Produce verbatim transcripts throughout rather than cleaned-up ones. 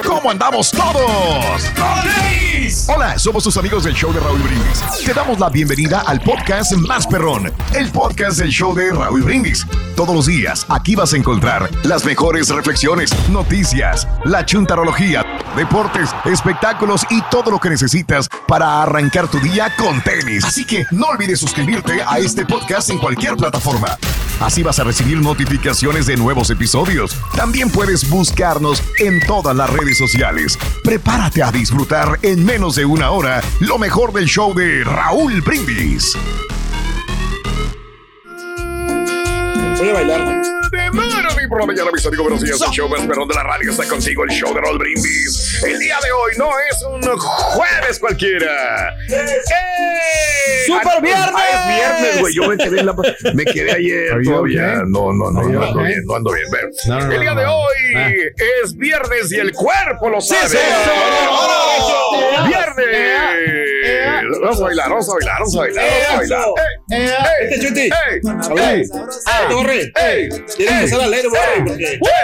¿Cómo andamos todos? Hola, somos tus amigos del show de Raúl Brindis. Te damos la bienvenida al podcast más perrón, el podcast del show de Raúl Brindis. Todos los días aquí vas a encontrar las mejores reflexiones, noticias, la chuntarología, deportes, espectáculos y todo lo que necesitas para arrancar tu día con tenis. Así que no olvides suscribirte a este podcast en cualquier plataforma. Así vas a recibir notificaciones de nuevos episodios. También puedes buscarnos en todas las redes sociales. Prepárate a disfrutar en menos de una hora lo mejor del show de Raúl Brindis. Voy a bailar. De Maraví por la mañana, mis amigos, buenos días. El show más perrón de la radio está contigo, el show de Raúl Brindis. El día de hoy no es un jueves cualquiera. ¡Ey! ¡Super viernes! Ah, es viernes, güey. Yo me quedé, en la... me quedé ayer todavía. Okay? No, no, no, no ando bien, no ando bien. Pero no, no, el día de hoy ah. es viernes y el cuerpo lo sabe. ¡Sí, sí, sí! ¡Viernes! Vamos a bailar, vamos a bailar, vamos a bailar, vamos a bailar. ¡Ey! ¡Ey! ¡Este chuti! ¡Ey! ¡Ey! ¡Torre! ¡Ey! ¡Tienes que empezar a leer, güey!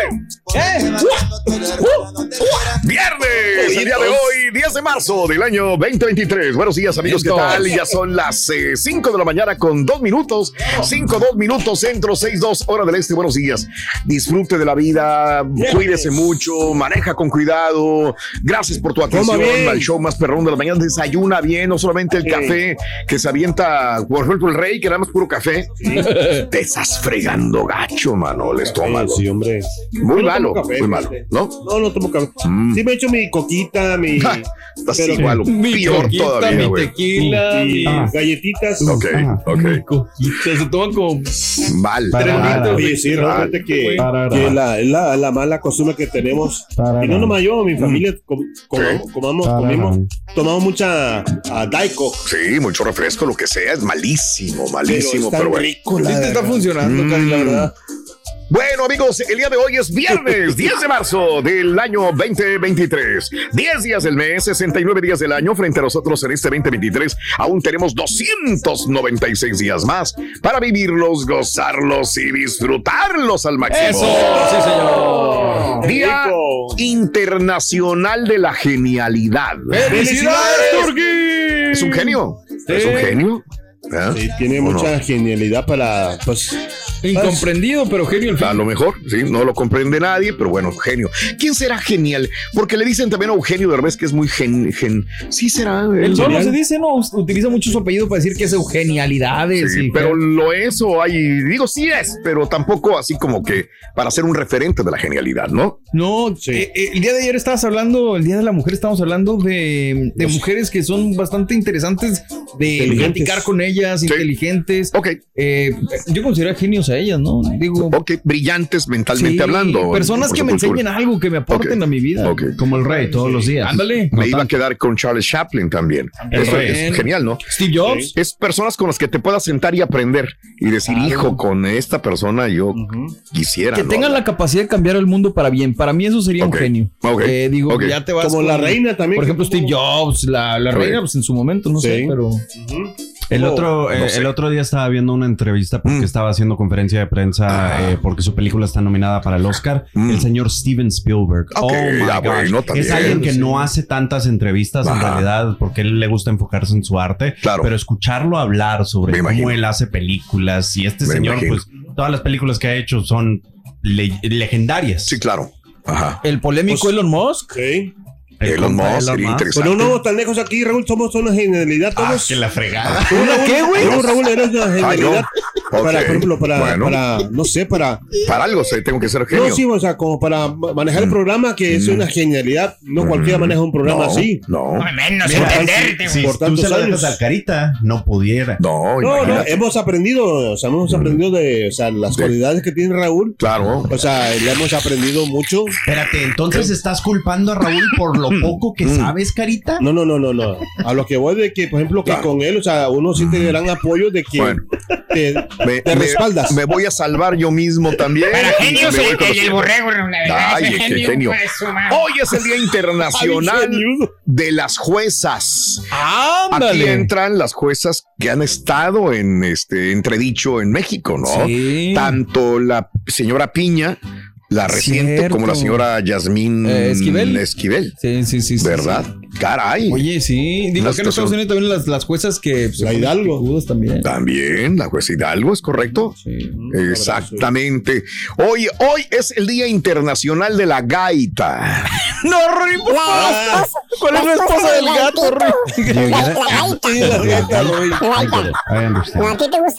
¡Viernes! El día de hoy, diez de marzo del año veinte veintitrés. Buenos días, amigos, ¿qué tal? Ya son las eh, cinco de la mañana con dos minutos. cinco, dos minutos centro, seis, dos, hora del este. Buenos días. Disfrute de la vida, cuídese mucho, maneja con cuidado. Gracias por tu atención al show más perrón de la mañana. Desayuna bien, no solamente el sí. café que se avienta, por ejemplo, el rey, que nada más puro café. Sí. Te estás fregando gacho, mano, el estómago. Sí, hombre. Muy no malo, café, muy malo, ¿no? No, no tomo café. Mm. Sí me he hecho mi coquita, mi... Estás igual, mi peor coquita, todavía, mi tequila, mi ah. galletitas. Ok, ok. Mi coquita, se toman como... Mal. Oye, sí, realmente que, que la, la, la mala costumbre que tenemos, y no nomás yo, mi familia, com, com, comamos, comimos, tomamos mucha uh, Diet Coke. Sí, mucho refresco, lo que sea, es malísimo, malísimo, pero, pero rico, bueno. Sí te está funcionando, mm. Cari, la verdad. Bueno, amigos, el día de hoy es viernes, diez de marzo del año veinte veintitrés. diez días del mes, sesenta y nueve días del año. Frente a nosotros en este veinte veintitrés aún tenemos doscientos noventa y seis días más para vivirlos, gozarlos y disfrutarlos al máximo. ¡Eso! ¡Sí, señor! Día Internacional de la Genialidad. ¡Felicidades, Turquí! ¿Es un genio? Sí. ¿Es un genio? ¿Eh? Sí, tiene mucha no? genialidad para, pues... Incomprendido, pero genio al fin. A lo mejor, sí, no lo comprende nadie, pero bueno, genio. ¿Quién será genial? Porque le dicen también a Eugenio Derbez que es muy gen... gen... Sí será. El solo se dice, ¿no? Utiliza mucho su apellido para decir que es Eugenialidades. Sí, y pero que... lo es o hay... Digo, sí es, pero tampoco así como que para ser un referente de la genialidad, ¿no? No, sí. eh, eh, el día de ayer estabas hablando, el Día de la Mujer, estábamos hablando de, de mujeres que son bastante interesantes de platicar con ellas, sí. inteligentes. Ok. Eh, yo considero genios a ellas, ¿no? Digo, ok, brillantes mentalmente sí, hablando. Personas que me enseñen algo, que me aporten okay. a mi vida. Okay. Como el rey todos los días. Ándale. Me no iba tanto. a quedar con Charles Chaplin también. Eso es genial, ¿no? Steve Jobs. Es personas con las que te puedas sentar y aprender y decir, claro. hijo, con esta persona yo uh-huh. quisiera. Que ¿no? tengan la capacidad de cambiar el mundo para bien. Para mí eso sería okay. un genio. Okay. Eh, digo, okay. ya te vas como con, la reina también. Por ejemplo, Steve Jobs, la, la reina, pues en su momento, no sí. sé, pero... Uh-huh. El otro, eh, no sé. el otro día estaba viendo una entrevista porque mm. estaba haciendo conferencia de prensa ah. eh, porque su película está nominada para el Oscar. Mm. El señor Steven Spielberg. Okay, oh my ya, gosh. Bueno, es alguien que sí. no hace tantas entrevistas Ajá. en realidad porque él le gusta enfocarse en su arte. Claro. Pero escucharlo hablar sobre Me cómo imagino. él hace películas y este Me señor, imagino. pues todas las películas que ha hecho son le- legendarias. Sí, claro. Ajá. El polémico pues, Elon Musk. Sí. Elon Musk sería interesante. Pero no vamos tan lejos aquí, Raúl, somos una genialidad todos. Ah, que la fregada. ¿Una qué, güey? No, Raúl, eres una genialidad. Ah, no. Para, okay. por ejemplo, para, bueno. para, no sé, para... Para algo, sé, tengo que ser genio. No, sí, o sea, como para manejar mm. el programa, que es una genialidad. No mm. cualquiera maneja un programa no, así. No, no. menos entenderte. Si por tú se lo dejas al Carita, no pudiera. No, no, no, hemos aprendido, o sea, hemos mm. aprendido de, o sea, las sí. cualidades que tiene Raúl. Claro. O sea, le hemos aprendido mucho. Espérate, entonces estás culpando a Raúl por lo poco que mm. sabes, Carita. No, no, no, no, no. A lo que voy de que, por ejemplo, que claro. con él, o sea, uno siente gran apoyo de que bueno. te, me, te respaldas. Me, me voy a salvar yo mismo también. Para genios, el, el, el borrego, la verdad. Ay, qué genio. genio. Hoy es el Día Internacional de las Juezas. ¡Ándale! Aquí entran las juezas que han estado en este entredicho en México, ¿no? Sí. Tanto la señora Piña La reciente, Cierto. como la señora Yasmín eh, Esquivel. Esquivel. Sí, sí, sí. ¿Verdad? Sí, sí. Caray. Oye, sí. Digo que en Estados Unidos también las, las juezas que... Pues, la Hidalgo. También. También, la jueza Hidalgo, ¿es correcto? Sí. Exactamente. Hoy, hoy es el Día Internacional de la Gaita. No, Rory, por favor. ¿Cuál es la esposa del gato, Rory? La gaita, Rory. ¿A ti te gusta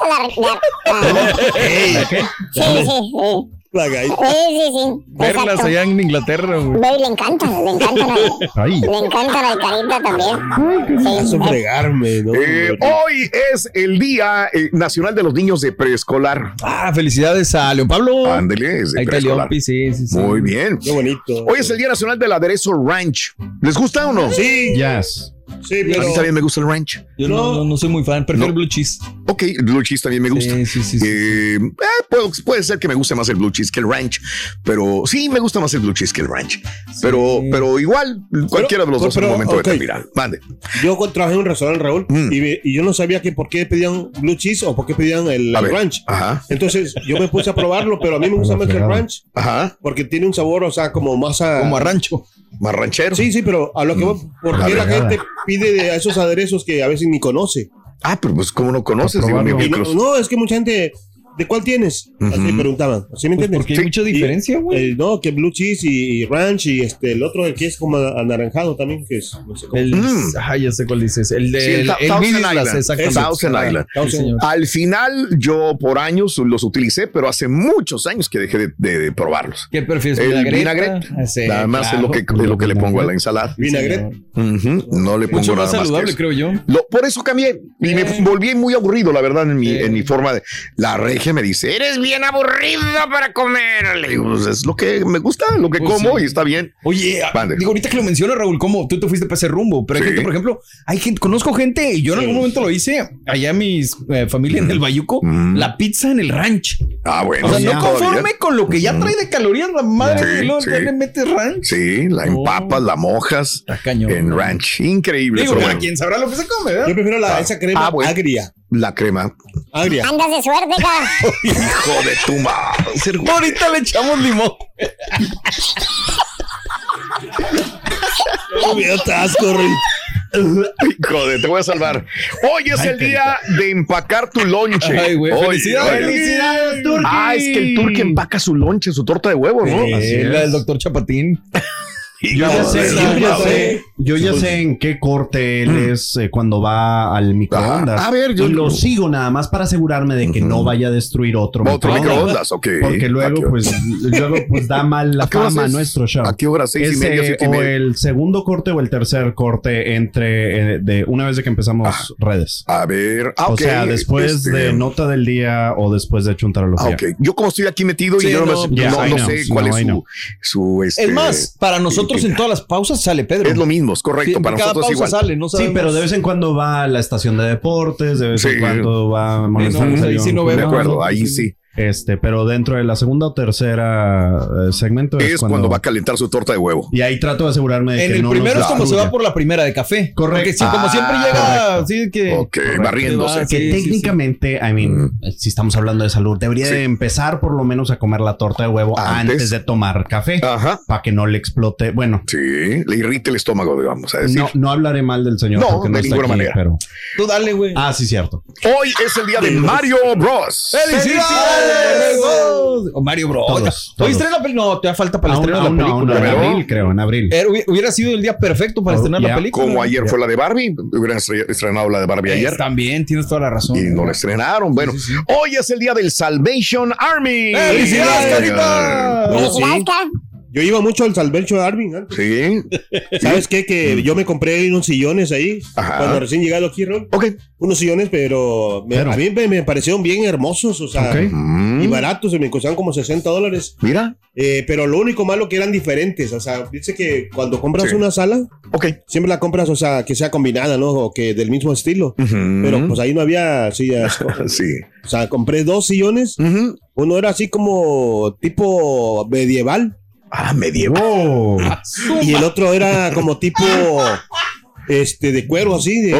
la... Sí, sí, sí. La gaita. Sí, sí, sí. Verlas Exacto. allá en Inglaterra, güey. Baby, le encanta, le encanta la, le encanta la carita también. Ay, sí, fregarme, ¿no? Eh, hoy es el Día eh, Nacional de los Niños de Preescolar. Ah, felicidades a León Pablo. Ándele, es de Ahí está preescolar. León, sí, sí, sí. Muy bien. Qué bonito. Hoy es el Día Nacional del Aderezo Ranch. ¿Les gusta o no? Sí. Yes. Sí, A pero... mí también me gusta el ranch. Yo no, no, no soy muy fan, prefiero No. el blue cheese. Ok, el blue cheese también me gusta. Sí, sí, sí, sí. Eh, eh, puede, puede ser que me guste más el blue cheese que el ranch, pero sí me gusta más el blue cheese que el ranch. Pero, pero igual, cualquiera de los dos pero, en un momento okay. determinado. Mande. Yo trabajé en un restaurante, Raúl, Mm. y, y yo no sabía que por qué pedían blue cheese o por qué pedían el, A el ver. ranch. Ajá. Entonces yo me puse a probarlo, pero a mí me gusta más el ranch Ajá. porque tiene un sabor, o sea, como más a... Como a rancho. Más ranchero. Sí, sí, pero a lo que voy, ¿por La qué la verdad. gente pide de esos aderezos que a veces ni conoce? Ah, pero pues como no conoces, Para digo, probarlo. mi Y no, Carlos. no, es que mucha gente, ¿de cuál tienes? Así Ujú. preguntaban, ¿así me entiendes? Porque hay Sí. mucha Y diferencia, güey. el- no, que blue cheese y, y ranch y este el otro que es como anaranjado también, que es no sé cómo. El, Mm. ah, ya sé cuál dices. El de Sí, el el, Thou- el Thousand Mid Islas, Island. exactamente. Thousand Ah, Island. sí, señor. Al final, yo por años los utilicé, pero hace muchos años que dejé de, de- de probarlos. ¿Qué prefieres? El ¿Vinagreta? vinagrete. Ah, sí, Nada más claro. es lo que, es lo que le pongo a la ensalada. Vinagrete. Ujú, No le pongo Mucho nada más más. que saludable, eso. creo yo. Lo- por eso cambié y me Eh. volví muy aburrido, la verdad, en mi, Eh. en mi forma de. La regia me dice: Eres bien aburrido para comer. Le digo: "Pues es lo que me gusta, lo que Pues como sí. y está bien. Oye, ah, Mande. digo, ahorita que lo mencionas, Raúl, ¿cómo tú te fuiste para ese rumbo? Pero hay Sí. gente, por ejemplo, hay gente, conozco gente, y yo en Sí. algún momento lo hice, allá mis eh, familia en el Bayuco, Mm. la pizza en el ranch. Ah, bueno. O sea, sí, no todavía. conforme con lo que ya trae de calorías la madre, Sí, y luego sí. ya le metes ranch. Sí, la Oh. empapas, la mojas Está cañón. en ranch. Increíble. Digo, pero cada bueno. quien sabrá lo que se come, ¿verdad? Yo prefiero la, esa crema Ah, bueno. agria. La crema. Agria. Andas de suerte, cara. Hijo de tu madre. Ahorita le echamos limón. Me da asco, Rey. Hijo de, te voy a salvar. Hoy es el día de empacar tu lonche. Ay, güey, Oye, felicidades. oye. Felicidades, Turki. Ah, es que el turqui empaca su lonche, su torta de huevo, ¿no? Sí, Así la es. del doctor Chapatín. Yo ya sé, Hijo de yo ya tu sé, yo ya sé en qué corte él es eh, cuando va al microondas. Ah, a ver, yo- y lo sigo nada más para asegurarme de que Ujú. no vaya a destruir otro, Otro microondas, ok. Porque ¿A luego, qué- pues, luego, pues da mal la ¿A qué horas fama a es? nuestro show. ¿A qué hora? ¿Seis y Es, media, eh, siete y o media? el segundo corte o el tercer corte entre eh, de una vez de que empezamos Ah. redes. A ver. Ah, o ok. sea, después Este, de nota del día o después de Ah, Chuntarología. ok. Yo como estoy aquí metido Sí, y yo no, no, me- ya, no, I no know, sé no, cuál I es su, know. su este, Es más, para nosotros eh, en todas las pausas sale Pedro. es lo mismo, es correcto. Sí, para cada nosotros pausa igual. sale, no Sí, sabemos. pero de vez en cuando va a la estación de deportes, de vez Sí. en cuando va a molestar. no, ahí sí no De vemos. acuerdo, ahí sí. Este, pero dentro de la segunda o tercera eh, segmento es, Es cuando va a calentar su torta de huevo. Y ahí trato de asegurarme de En que el no primero nos es como se destruya. va por la primera de café. Correcto. Porque sí, como Ah, siempre llega así que. Ok, barriéndose. Ah, Que sí, sí, técnicamente, I mean, si estamos hablando de salud, debería Sí. de empezar por lo menos a comer la torta de huevo Antes. antes, de tomar café. Ajá. Para que no le explote. Bueno, Sí, le irrita el estómago, vamos a decir. no, no hablaré mal del señor No, porque no de está ninguna aquí, manera. pero... Tú dale, güey. Ah, sí, cierto. Hoy es el día de Mario Bros. ¡Felicidades! O Mario Bros. Todos, Oye, todos. estrena la película. No, te da falta para el Aún- estreno de la aún no, película. aún no, en Pero- abril, creo, en abril. Era- hubi- hubiera sido el día perfecto para Oh, estrenar yeah. la película. Como ayer fue la de Barbie, hubieran estre- estrenado la de Barbie Eh, ayer. También, tienes toda la razón. Y no la estrenaron. Bueno, Sí, sí, sí. hoy es el día del Salvation Army. ¡Felicidades, Carita! No, sí. Felicidades, cara. Yo iba mucho al Salvecho de Arvin antes. Sí. ¿Sabes qué? Que yo me compré unos sillones ahí Ajá. cuando recién llegado aquí, Ron. Ok. Unos sillones, pero, me- Pero- a mí me, me parecieron bien hermosos, o sea, Ok. Mm, y baratos, me costaban como sesenta dólares. Mira. Eh, pero lo único malo que eran diferentes, o sea, dice que cuando compras Sí. una sala, Ok. siempre la compras, o sea, que sea combinada, ¿no? O que del mismo estilo. Ujú. Pero pues ahí no había sillas. Sí. O sea, compré dos sillones. Ujú. Uno era así como tipo medieval. Ah, medieval. Oh, Y el otro era como tipo este de cuero así de, Ok.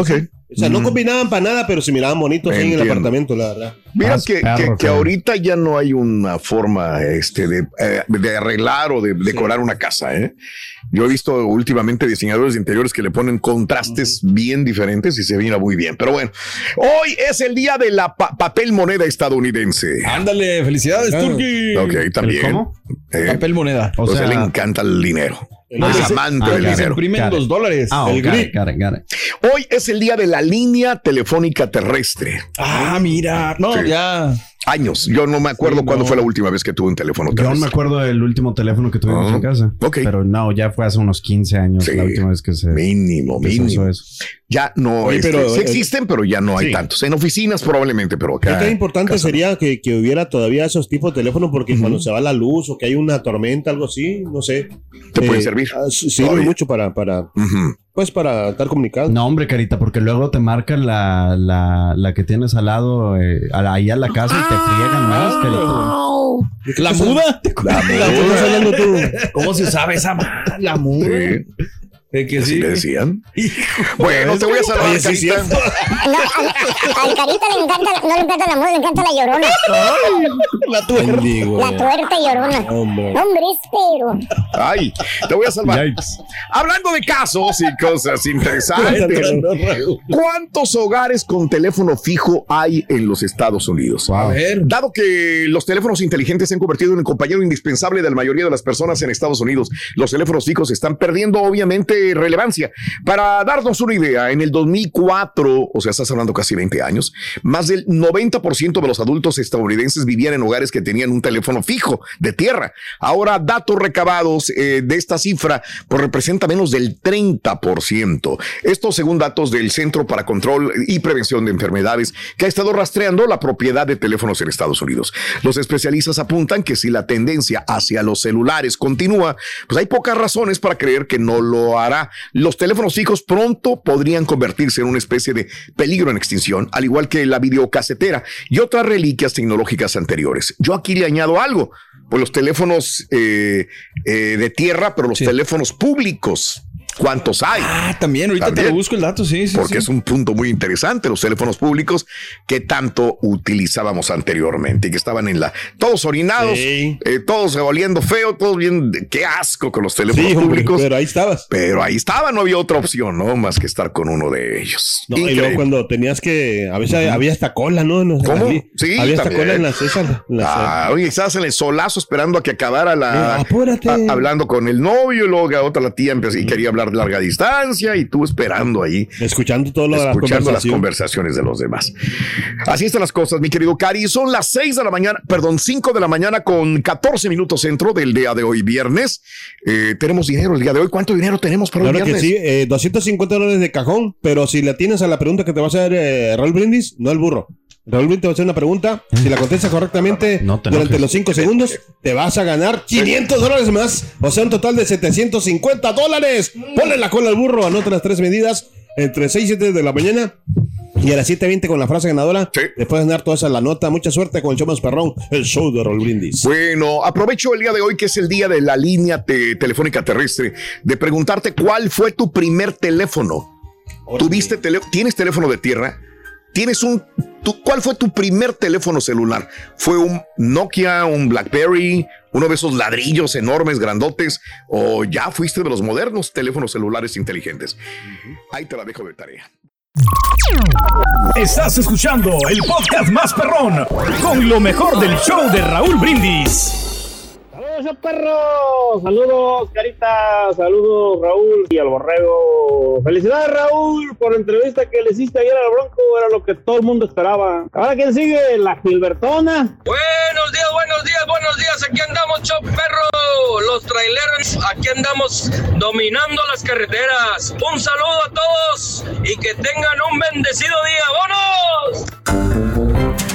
O sea, mm. no combinaban para nada, pero se miraban bonitos ahí en el apartamento, la verdad. Mira que, que, que ahorita ya no hay una forma este, de, eh, de arreglar o de decorar sí. una casa, ¿eh? Yo he visto últimamente diseñadores de interiores que le ponen contrastes uh-huh. bien diferentes y se mira muy bien. Pero bueno, hoy es el día de la pa- papel moneda estadounidense. Ándale, felicidades, ah. Turki. Ok, también. ¿Cómo? Eh, papel moneda. O, o sea, sea, le encanta el dinero. No, es amante ah, del dinero. Se imprimen los dólares. Ah, el okay, got it, got it. Hoy es el día de la línea telefónica terrestre. Ah, mira. No, sí. ya... Años. Yo no me acuerdo sí, no. cuándo fue la última vez que tuve un teléfono terrestre. Yo no me acuerdo del último teléfono que tuvimos uh-huh. en casa. Okay. Pero no, ya fue hace unos quince años sí. la última vez que se... Mínimo, que mínimo. Se eso. Ya no... Oye, este, pero, sí existen, eh, pero ya no hay sí. tantos. En oficinas probablemente, pero acá... Qué importante casa. sería que, que hubiera todavía esos tipos de teléfonos porque uh-huh. cuando se va la luz o que hay una tormenta, algo así, no sé. Te eh, puede servir. Sirve mucho para... para uh-huh. Pues para estar comunicado. No, hombre, Carita, porque luego te marcan la, la, la que tienes al lado, eh, ahí a la casa y te friegan más, Carita. ¿La muda? La muda. hablando tú. ¿Cómo se usaba esa la muda? Sí. ¿De que sí? ¿Le decían? Bueno, te voy a salvar, Oye, sí, Carita. No, al, al Carita le encanta, no le encanta la muda, le encanta la llorona. Ay, la tuerta. Digo, la tuerta llorona. Hombre. Hombre, espero. Ay, te voy a salvar. Yikes. Hablando de casos y cosas interesantes. ¿Cuántos hogares con teléfono fijo hay en los Estados Unidos? A ver. Dado que los teléfonos inteligentes se han convertido en un compañero indispensable de la mayoría de las personas en Estados Unidos, los teléfonos fijos están perdiendo, obviamente, relevancia. Para darnos una idea, en el dos mil cuatro, o sea, estás hablando casi veinte años, más del noventa por ciento de los adultos estadounidenses vivían en hogares que tenían un teléfono fijo de tierra. Ahora, datos recabados eh, de esta cifra pues, representa menos del treinta por ciento. Esto según datos del Centro para Control y Prevención de Enfermedades, que ha estado rastreando la propiedad de teléfonos en Estados Unidos. Los especialistas apuntan que si la tendencia hacia los celulares continúa, pues hay pocas razones para creer que no lo hará. Los teléfonos fijos pronto podrían convertirse en una especie de peligro en extinción, al igual que la videocasetera y otras reliquias tecnológicas anteriores. Yo aquí le añado algo, pues los teléfonos eh, eh, de tierra, pero los sí. teléfonos públicos. ¿Cuántos hay? Ah, también, ahorita también, te lo busco el dato, sí, sí. Porque sí. es un punto muy interesante, los teléfonos públicos que tanto utilizábamos anteriormente y que estaban en la... Todos orinados, sí. eh, todos oliendo feo, todos bien... Qué asco con los teléfonos sí, públicos. Hombre, pero ahí estabas. Pero ahí estaba, no había otra opción, ¿no? Más que estar con uno de ellos. No, y luego cuando tenías que... A veces uh-huh. había hasta cola, ¿no? no ¿Cómo? Había, sí, había hasta también. cola en las... Esas, en las ah, oye, estabas en el solazo esperando a que acabara la... Eh, apúrate. A, hablando con el novio, y luego a otra la tía empezó y quería hablar de larga distancia. Y tú esperando ahí. Escuchando todo lo Escuchando de las conversaciones de los demás. Así están las cosas, mi querido Cari. Son las seis de la mañana, perdón, cinco de la mañana con catorce minutos centro del día de hoy, viernes. Eh, tenemos dinero el día de hoy. ¿Cuánto dinero tenemos para claro el viernes? Que sí, eh, doscientos cincuenta dólares de cajón, pero si le tienes a la pregunta que te va a hacer eh, Raúl Brindis, no el burro. Raúl Brindis te va a hacer una pregunta. Si la contestas correctamente no durante los cinco segundos, te vas a ganar quinientos dólares más. O sea, un total de setecientos cincuenta dólares. Ponle la cola al burro, anota las tres medidas entre seis y siete de la mañana. Y a las siete veinte con la frase ganadora, sí. después de ganar toda esa la nota. Mucha suerte con el show más perrón, el show de Raúl Brindis. Bueno, aprovecho el día de hoy, que es el día de la línea te- telefónica terrestre, de preguntarte cuál fue tu primer teléfono. Okay. ¿Tuviste tele- ¿Tienes teléfono de tierra? ¿Tienes un... Tu, ¿Cuál fue tu primer teléfono celular? ¿Fue un Nokia, un BlackBerry, uno de esos ladrillos enormes, grandotes? ¿O ya fuiste de los modernos teléfonos celulares inteligentes? Uh-huh. Ahí te la dejo de tarea. Estás escuchando el podcast más perrón con lo mejor del show de Raúl Brindis. Saludos, perros. Saludos, Carita. Saludos, Raúl y al Borrego. Felicidades, Raúl, por la entrevista que le hiciste ayer al Bronco. Era lo que todo el mundo esperaba. Ahora, ¿quién sigue? La Gilbertona. Buenos días, buenos días, buenos días. Aquí andamos, show perro. Los traileros, aquí andamos dominando las carreteras. Un saludo a todos y que tengan un bendecido día. ¡Vámonos!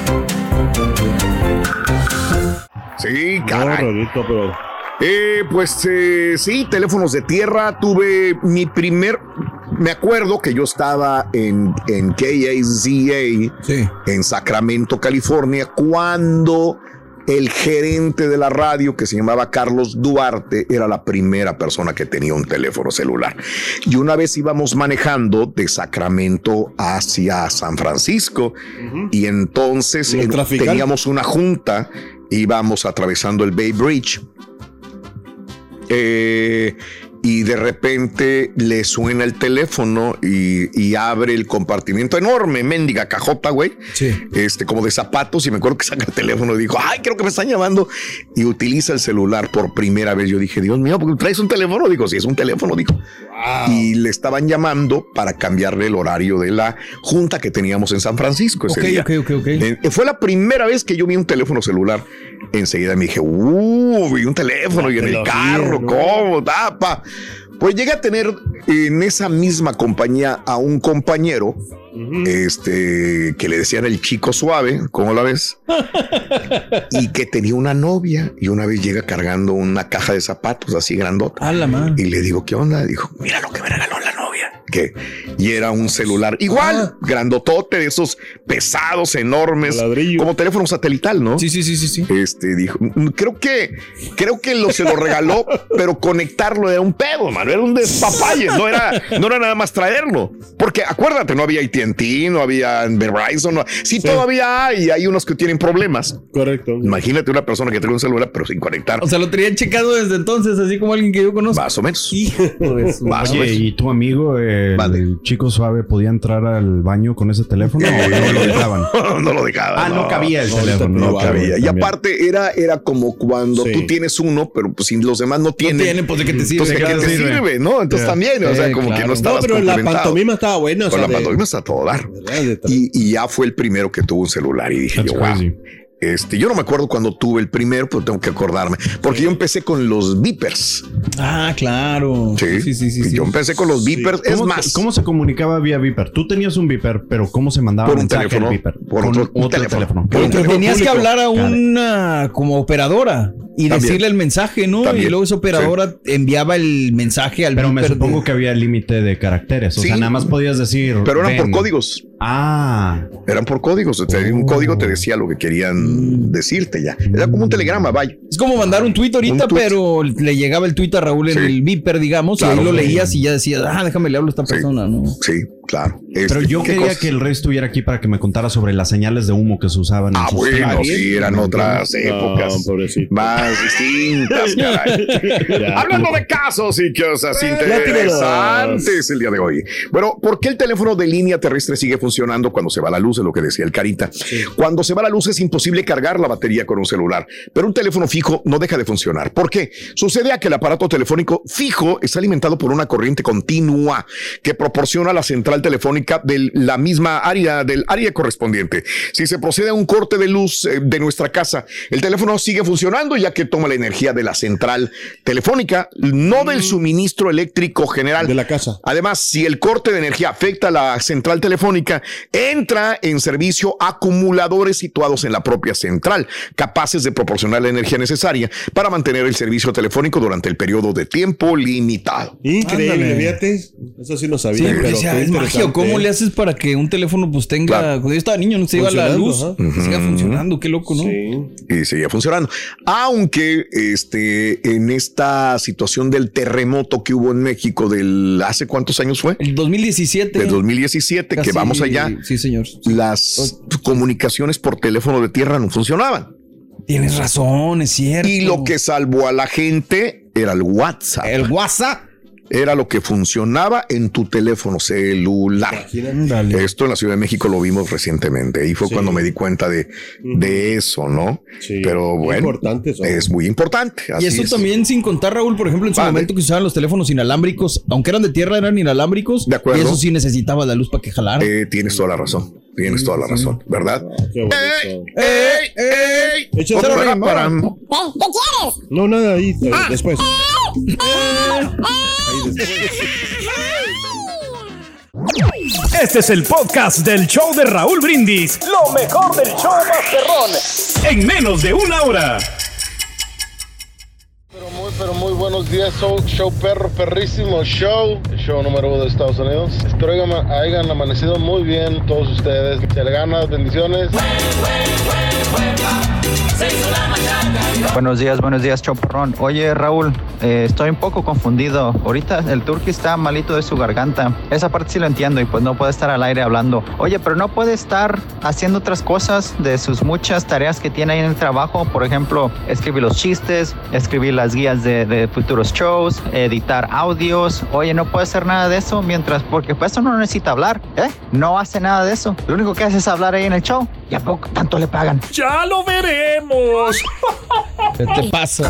Sí, caray. No, Rodito, pero... Eh, pues eh, sí, teléfonos de tierra. Tuve mi primer... Me acuerdo que yo estaba en, en K A Z A, sí. en Sacramento, California, cuando el gerente de la radio, que se llamaba Carlos Duarte, era la primera persona que tenía un teléfono celular. Y una vez íbamos manejando de Sacramento hacia San Francisco, uh-huh. y entonces en, teníamos una junta, íbamos atravesando el Bay Bridge, eh, y de repente le suena el teléfono y, y abre el compartimiento enorme, mendiga cajota, güey. Sí. Este, como de zapatos, y me acuerdo que saca el teléfono y dijo, ay, creo que me están llamando. Y utiliza el celular por primera vez. Yo dije, Dios mío, ¿por qué traes un teléfono? Digo, sí, es un teléfono, dijo. Wow. Y le estaban llamando para cambiarle el horario de la junta que teníamos en San Francisco ese okay, día. Ok, ok, ok. Eh, fue la primera vez que yo vi un teléfono celular. Enseguida me dije, uh, vi un teléfono y en el carro, vi, ¿no? ¿Cómo? Tapa. Pues llegué a tener en esa misma compañía a un compañero, uh-huh. este, que le decían el chico suave, ¿cómo la ves? Y que tenía una novia, y una vez llega cargando una caja de zapatos así grandota. A la mano. Y le digo, ¿qué onda? Dijo, mira lo que me regaló la novia. Que, y era un celular igual, ah. grandotote, de esos pesados, enormes, como teléfono satelital, ¿no? Sí, sí, sí, sí, sí. Este dijo, creo que, creo que lo, se lo regaló, pero conectarlo era un pedo, mano, era un despapalle, no era, no era nada más traerlo. Porque acuérdate, no había A T and T, no había Verizon, no, sí, sí, todavía hay, hay unos que tienen problemas. Correcto. Imagínate una persona que tiene un celular, pero sin conectar. O sea, lo tenían checado desde entonces, así como alguien que yo conozco. Más o menos. Hijo de su Más o menos. Y tu amigo, eh, vale. el chico suave, ¿podía entrar al baño con ese teléfono o no lo dejaban? No, no lo dejaban. Ah, no, no cabía el no, teléfono. No, no cabía. Y aparte era, era como cuando sí. tú tienes uno, pero pues si los demás no tienen. No tienen, pues de qué te sirve. Entonces, ¿de qué te sirve? sirve? ¿No? Entonces yeah. también, o sea, como claro. que no estabas no, pero la pantomima estaba buena. O Con sea, la de... pantomima está a todo dar. Y, y ya fue el primero que tuvo un celular y dije That's yo, crazy. wow. Este, yo no me acuerdo cuando tuve el primero, pero tengo que acordarme. Porque sí. yo empecé con los beepers. Ah, claro. Sí, sí, sí. sí, sí yo empecé con los beepers. Sí. Es ¿Cómo, más, ¿cómo se comunicaba vía beeper? Tú tenías un beeper, pero ¿cómo se mandaba por un mensaje teléfono, al beeper? Por otro, otro teléfono. teléfono. Porque teléfono tenías público. que hablar a una como operadora y También. decirle el mensaje, ¿no? También. Y luego esa operadora sí. enviaba el mensaje al Pero beeper. me supongo de... que había límite de caracteres. O sí. sea, nada más podías decir. Pero eran ven. por códigos. Ah. Eran por códigos. O sea, oh. un código te decía lo que querían decirte ya. Era como un telegrama, vaya. Es como mandar un tuit ahorita, tweet. pero le llegaba el tuit a Raúl en sí. el beeper, digamos, claro, y ahí lo leías sí. y ya decías, ah, déjame le hablo a esta sí. persona, ¿no? Sí, claro. Pero este, yo quería cosa? que el rey estuviera aquí para que me contara sobre las señales de humo que se usaban. Ah, en sus bueno, planes. sí, eran otras épocas no, más distintas, caray. Hablando de casos y cosas interesantes el día de hoy. Bueno, ¿por qué el teléfono de línea terrestre sigue funcionando cuando se va la luz? Es lo que decía el Carita. Sí. Cuando se va la luz es imposible cargar la batería con un celular, pero un teléfono fijo no deja de funcionar. ¿Por qué? Sucede a que el aparato telefónico fijo está alimentado por una corriente continua que proporciona la central telefónica de la misma área, del área correspondiente. Si se procede a un corte de luz eh, de nuestra casa, el teléfono sigue funcionando ya que toma la energía de la central telefónica, no del suministro eléctrico general de la casa. Además, si el corte de energía afecta a la central telefónica, entra en servicio acumuladores situados en la propia central, capaces de proporcionar la energía necesaria para mantener el servicio telefónico durante el periodo de tiempo limitado. Increíble, fíjate. Eso sí lo sabía. Sí, pero sea, es magia. ¿Cómo le haces para que un teléfono pues tenga... Claro. Cuando yo estaba niño no se iba la luz. Uh-huh. Siga funcionando. Qué loco, ¿no? Sí. Y seguía funcionando. Aunque este, en esta situación del terremoto que hubo en México del... ¿Hace cuántos años fue? El dos mil diecisiete. Del dos mil diecisiete, Casi, que vamos allá. Sí, señor. Las comunicaciones por teléfono de tierra no funcionaban. Tienes razón, es cierto. Y lo que salvó a la gente era el WhatsApp. El WhatsApp. Era lo que funcionaba en tu teléfono celular. Dale. Esto en la Ciudad de México lo vimos recientemente. Y fue sí. cuando me di cuenta de, de eso, ¿no? Sí. Pero bueno, importante eso. Es muy importante. Así y eso es. También sin contar, Raúl, por ejemplo, en su vale. momento que usaban los teléfonos inalámbricos, aunque eran de tierra, eran inalámbricos. De acuerdo. Y eso sí necesitaba la luz para que jalara. Eh, tienes toda la razón. Tienes sí, toda la razón, sí. ¿verdad? Oh, qué bonito. ¡Ey! ¡Ey! ¡Ey! Échate para, para, para. ¿Qué quieres? No, nada, ahí, ah. después. ¡Ey! Ahí después. Este es el podcast del show de Raúl Brindis. Lo mejor del show Masterrón. En menos de una hora. Pero muy, pero muy buenos días, show, show perro, perrísimo show, el show número uno de Estados Unidos. Espero que hayan amanecido muy bien todos ustedes. Se le gana, bendiciones. Buenos días, buenos días, Choperrón. Oye, Raúl, eh, estoy un poco confundido. Ahorita el Turqui está malito de su garganta. Esa parte sí lo entiendo y pues no puede estar al aire hablando. Oye, pero no puede estar haciendo otras cosas de sus muchas tareas que tiene ahí en el trabajo. Por ejemplo, escribir los chistes, escribir las guías de, de futuros shows, editar audios. Oye, no puede hacer nada de eso mientras, porque pues eso no necesita hablar, ¿eh? No hace nada de eso. Lo único que hace es hablar ahí en el show. ¿Y a poco tanto le pagan? ¡Ya lo veremos! ¿Qué te pasa?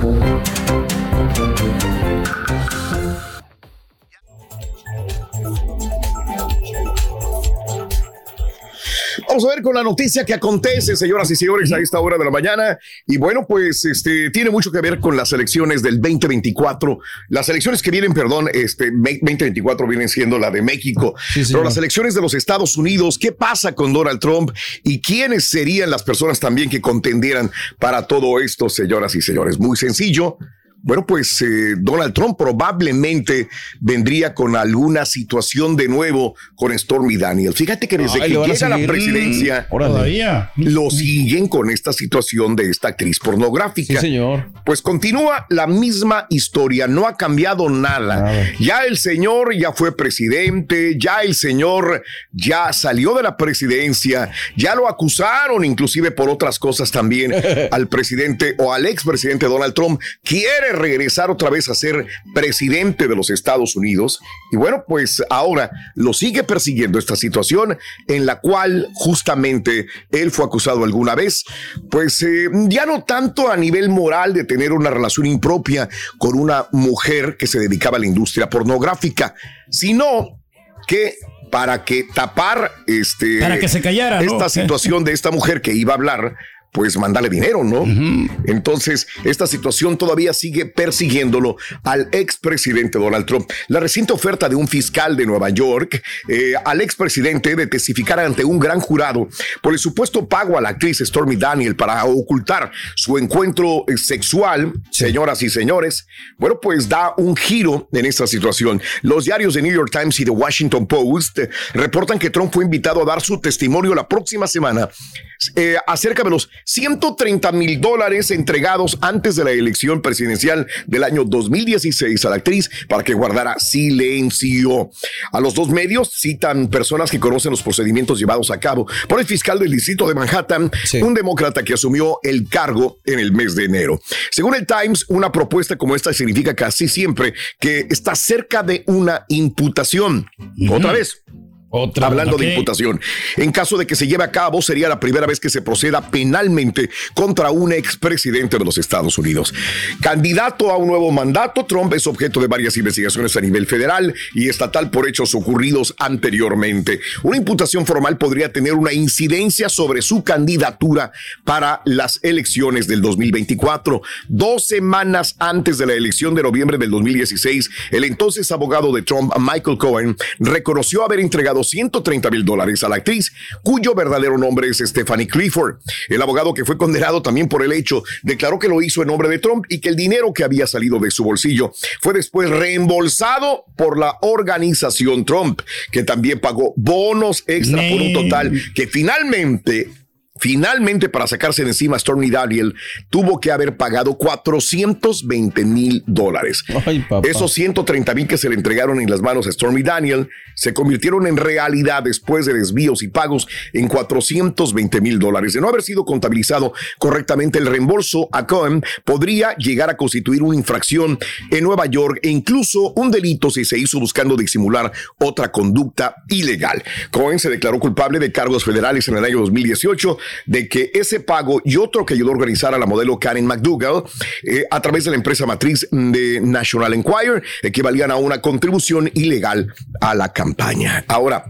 Vamos a ver con la noticia que acontece, señoras y señores, a esta hora de la mañana. Y bueno, pues este tiene mucho que ver con las elecciones del veinte veinticuatro. Las elecciones que vienen, perdón, este veinte veinticuatro vienen siendo la de México. Sí, pero las elecciones de los Estados Unidos, ¿qué pasa con Donald Trump? ¿Y quiénes serían las personas también que contendieran para todo esto, señoras y señores? Muy sencillo. Bueno, pues eh, Donald Trump probablemente vendría con alguna situación de nuevo con Stormy Daniels. Fíjate que desde Ay, que llega a la presidencia, todavía lo siguen con esta situación de esta actriz pornográfica. Sí, señor. Pues continúa la misma historia, no ha cambiado nada. nada. Ya el señor ya fue presidente, ya el señor ya salió de la presidencia, ya lo acusaron inclusive por otras cosas también al presidente o al expresidente Donald Trump. Quiere regresar otra vez a ser presidente de los Estados Unidos y bueno, pues ahora lo sigue persiguiendo esta situación en la cual justamente él fue acusado alguna vez, pues eh, ya no tanto a nivel moral de tener una relación impropia con una mujer que se dedicaba a la industria pornográfica, sino que para que tapar este, para que se callara, esta ¿no? situación de esta mujer que iba a hablar, pues mandarle dinero, ¿no? Uh-huh. Entonces, esta situación todavía sigue persiguiéndolo al expresidente Donald Trump. La reciente oferta de un fiscal de Nueva York eh, al expresidente de testificar ante un gran jurado por el supuesto pago a la actriz Stormy Daniels para ocultar su encuentro sexual, sí. Señoras y señores, bueno, pues da un giro en esta situación. Los diarios de New York Times y The Washington Post reportan que Trump fue invitado a dar su testimonio la próxima semana eh, acerca de los ciento treinta mil dólares entregados antes de la elección presidencial del año dos mil dieciséis a la actriz para que guardara silencio. A los dos medios citan personas que conocen los procedimientos llevados a cabo por el fiscal del distrito de Manhattan, sí. Un demócrata que asumió el cargo en el mes de enero. Según el Times, una propuesta como esta significa casi siempre que está cerca de una imputación. Uh-huh. Otra vez. Otra, Hablando okay. de imputación, en caso de que se lleve a cabo, sería la primera vez que se proceda penalmente contra un expresidente de los Estados Unidos. Candidato a un nuevo mandato, Trump es objeto de varias investigaciones a nivel federal y estatal por hechos ocurridos anteriormente. Una imputación formal podría tener una incidencia sobre su candidatura para las elecciones del dos mil veinticuatro. Dos semanas antes de la elección de noviembre del dos mil dieciséis, el entonces abogado de Trump, Michael Cohen, reconoció haber entregado ciento treinta mil dólares a la actriz, cuyo verdadero nombre es Stephanie Clifford. El abogado, que fue condenado también por el hecho, declaró que lo hizo en nombre de Trump y que el dinero que había salido de su bolsillo fue después reembolsado por la organización Trump, que también pagó bonos extra nee. por un total que finalmente... Finalmente, para sacarse de encima a Stormy Daniels, tuvo que haber pagado cuatrocientos veinte mil dólares. Esos ciento treinta mil que se le entregaron en las manos a Stormy Daniels se convirtieron en realidad, después de desvíos y pagos, en cuatrocientos veinte mil dólares. De no haber sido contabilizado correctamente, el reembolso a Cohen podría llegar a constituir una infracción en Nueva York e incluso un delito si se hizo buscando disimular otra conducta ilegal. Cohen se declaró culpable de cargos federales en el año dos mil dieciocho de que ese pago y otro que ayudó a organizar a la modelo Karen McDougal eh, a través de la empresa matriz de National Enquirer equivalían a una contribución ilegal a la campaña. Ahora,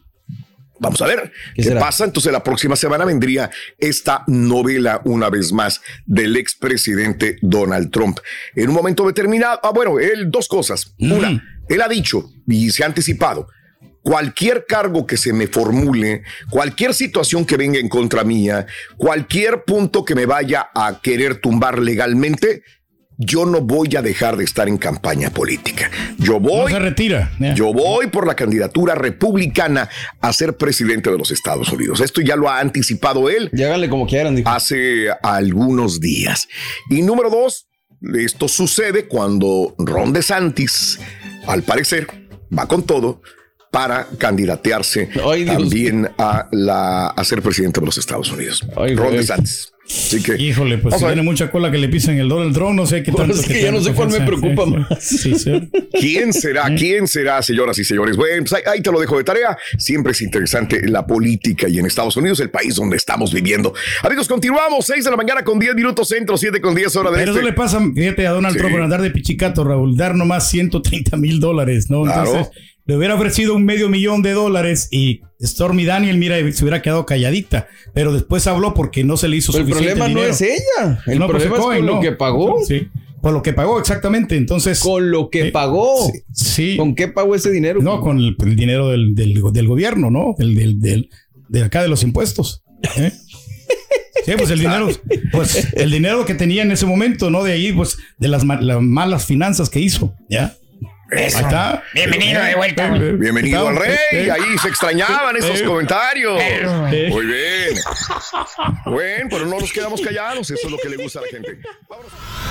vamos a ver qué, qué pasa. Entonces, la próxima semana vendría esta novela una vez más del expresidente Donald Trump. En un momento determinado, ah, bueno, él, dos cosas. Mm. Una, él ha dicho y se ha anticipado: cualquier cargo que se me formule, cualquier situación que venga en contra mía, cualquier punto que me vaya a querer tumbar legalmente, yo no voy a dejar de estar en campaña política. Yo voy. No se retira. Yeah. Yo voy por la candidatura republicana a ser presidente de los Estados Unidos. Esto ya lo ha anticipado él. Y háganle como quieran, dijo. Hace algunos días. Y número dos, esto sucede cuando Ron DeSantis, al parecer, va con todo para candidatearse Ay, también a, la, a ser presidente de los Estados Unidos. Ay, Ron Dios. DeSantis. Así que, híjole, pues si tiene mucha cola que le pisen el Donald Trump, no sé qué tanto. Es que, que ya no sé cuál me preocupa sí, más. Sí, sí. ¿Quién será? ¿Quién será, señoras y señores? Bueno, pues ahí, ahí te lo dejo de tarea. Siempre es interesante la política y en Estados Unidos, el país donde estamos viviendo. Amigos, continuamos. seis de la mañana con diez minutos centro, siete con diez horas de Pero este. eso le pasa, fíjate, a Donald sí. Trump por andar de pichicato, Raúl, dar nomás ciento treinta mil dólares, ¿no? Entonces, claro. Le hubiera ofrecido un medio millón de dólares y Stormy Daniel, mira, se hubiera quedado calladita, pero después habló porque no se le hizo pero suficiente dinero. El problema dinero. no es ella, el no, problema pues, es con no. lo que pagó. Sí, por lo que pagó, exactamente. Entonces, con lo que eh, pagó. Sí, sí. ¿Con qué pagó ese dinero? No, con el, el dinero del, del, del gobierno, ¿no? El del, del, de acá de los impuestos. ¿eh? Sí, pues el dinero, pues el dinero que tenía en ese momento, ¿no? De ahí, pues, de las, las malas finanzas que hizo, ¿ya? Eso. Ahí está. Bienvenido de vuelta. Bienvenido al rey. Ahí se extrañaban esos comentarios. Muy bien. Bueno, pero no nos quedamos callados. Eso es lo que le gusta a la gente. Vámonos.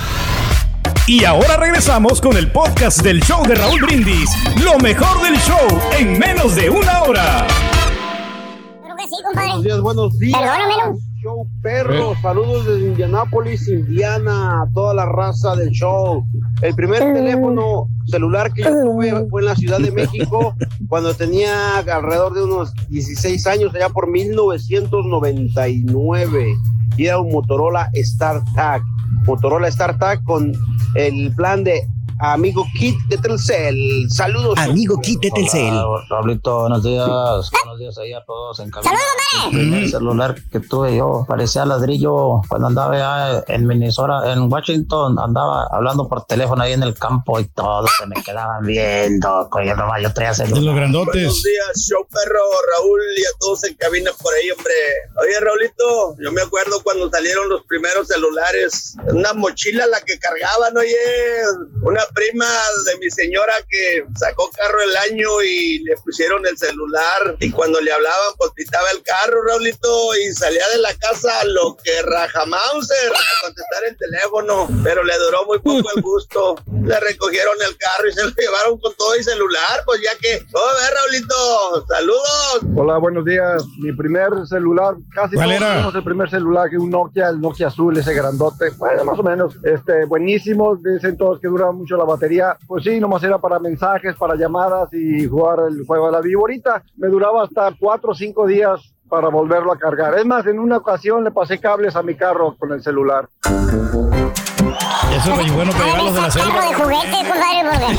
Y ahora regresamos con el podcast del show de Raúl Brindis. Lo mejor del show en menos de una hora. Creo que sí, compadre. Buenos días, buenos días. Perdóname, Show perro, eh. saludos desde Indianápolis, Indiana, a toda la raza del show. El primer uh. teléfono celular que yo tuve fue en la Ciudad de México cuando tenía alrededor de unos dieciséis años, allá por mil novecientos noventa y nueve. Y era un Motorola StarTAC. Motorola StarTAC con el plan de Amigo Kit de Telcel. Saludos. Amigo Kit de Telcel. Hola, Raulito, buenos días. Buenos días ahí a todos en cabina. El primer celular que tuve yo parecía ladrillo cuando andaba allá en Minnesota, en Washington. Andaba hablando por teléfono ahí en el campo y todos se me quedaban viendo. Yo nomás yo traía celular. De los grandotes. Buenos días, show perro, Raúl y a todos en cabina por ahí, hombre. Oye, Raulito, yo me acuerdo cuando salieron los primeros celulares. Una mochila la que cargaban, oye. Una prima de mi señora que sacó carro el año y le pusieron el celular y cuando le hablaban pues pitaba el carro, Raulito, y salía de la casa lo que rajamauser a contestar el teléfono, pero le duró muy poco el gusto. Le recogieron el carro y se lo llevaron con todo el celular, pues ya que, todo ver, Raulito, saludos. Hola, buenos días. Mi primer celular, casi ¿cuál todos era? tenemos el primer celular, que un Nokia, el Nokia azul, ese grandote, bueno, más o menos, este, buenísimo, dicen todos que dura mucho la batería, pues sí, nomás era para mensajes, para llamadas y jugar el juego de la viborita. Me duraba hasta cuatro o cinco días para volverlo a cargar. Es más, en una ocasión le pasé cables a mi carro con el celular. Eso es bueno para llevarlos de la selva. de juguete, compadre,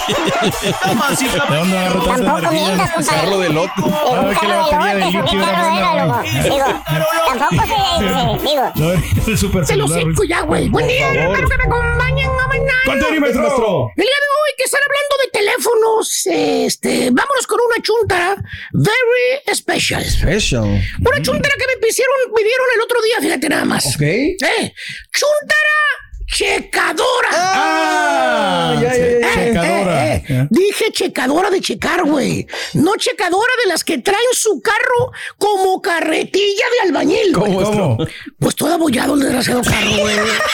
¿de dónde agarró toda esa energía? Carro de lote. A ver que la batería de litio era Digo, tampoco se... Digo. No, el super Se lo celular. seco ya, güey. Buen día, espero que me acompañen a mañana. ¿Cuánto eres, maestro? El día de hoy que están hablando de teléfonos, este, vámonos con una chuntara very special. Special. Una chuntara que me pidieron, pidieron el otro día, fíjate nada más. Ok. Eh, chuntara checadora. Ah, ya, ya, ya. Eh, checadora. eh, eh. Dije checadora de checar, güey. No checadora de las que traen su carro como carretilla de albañil. ¿Cómo? ¿Cómo? Pues todo abollado el desgraciado carro, güey.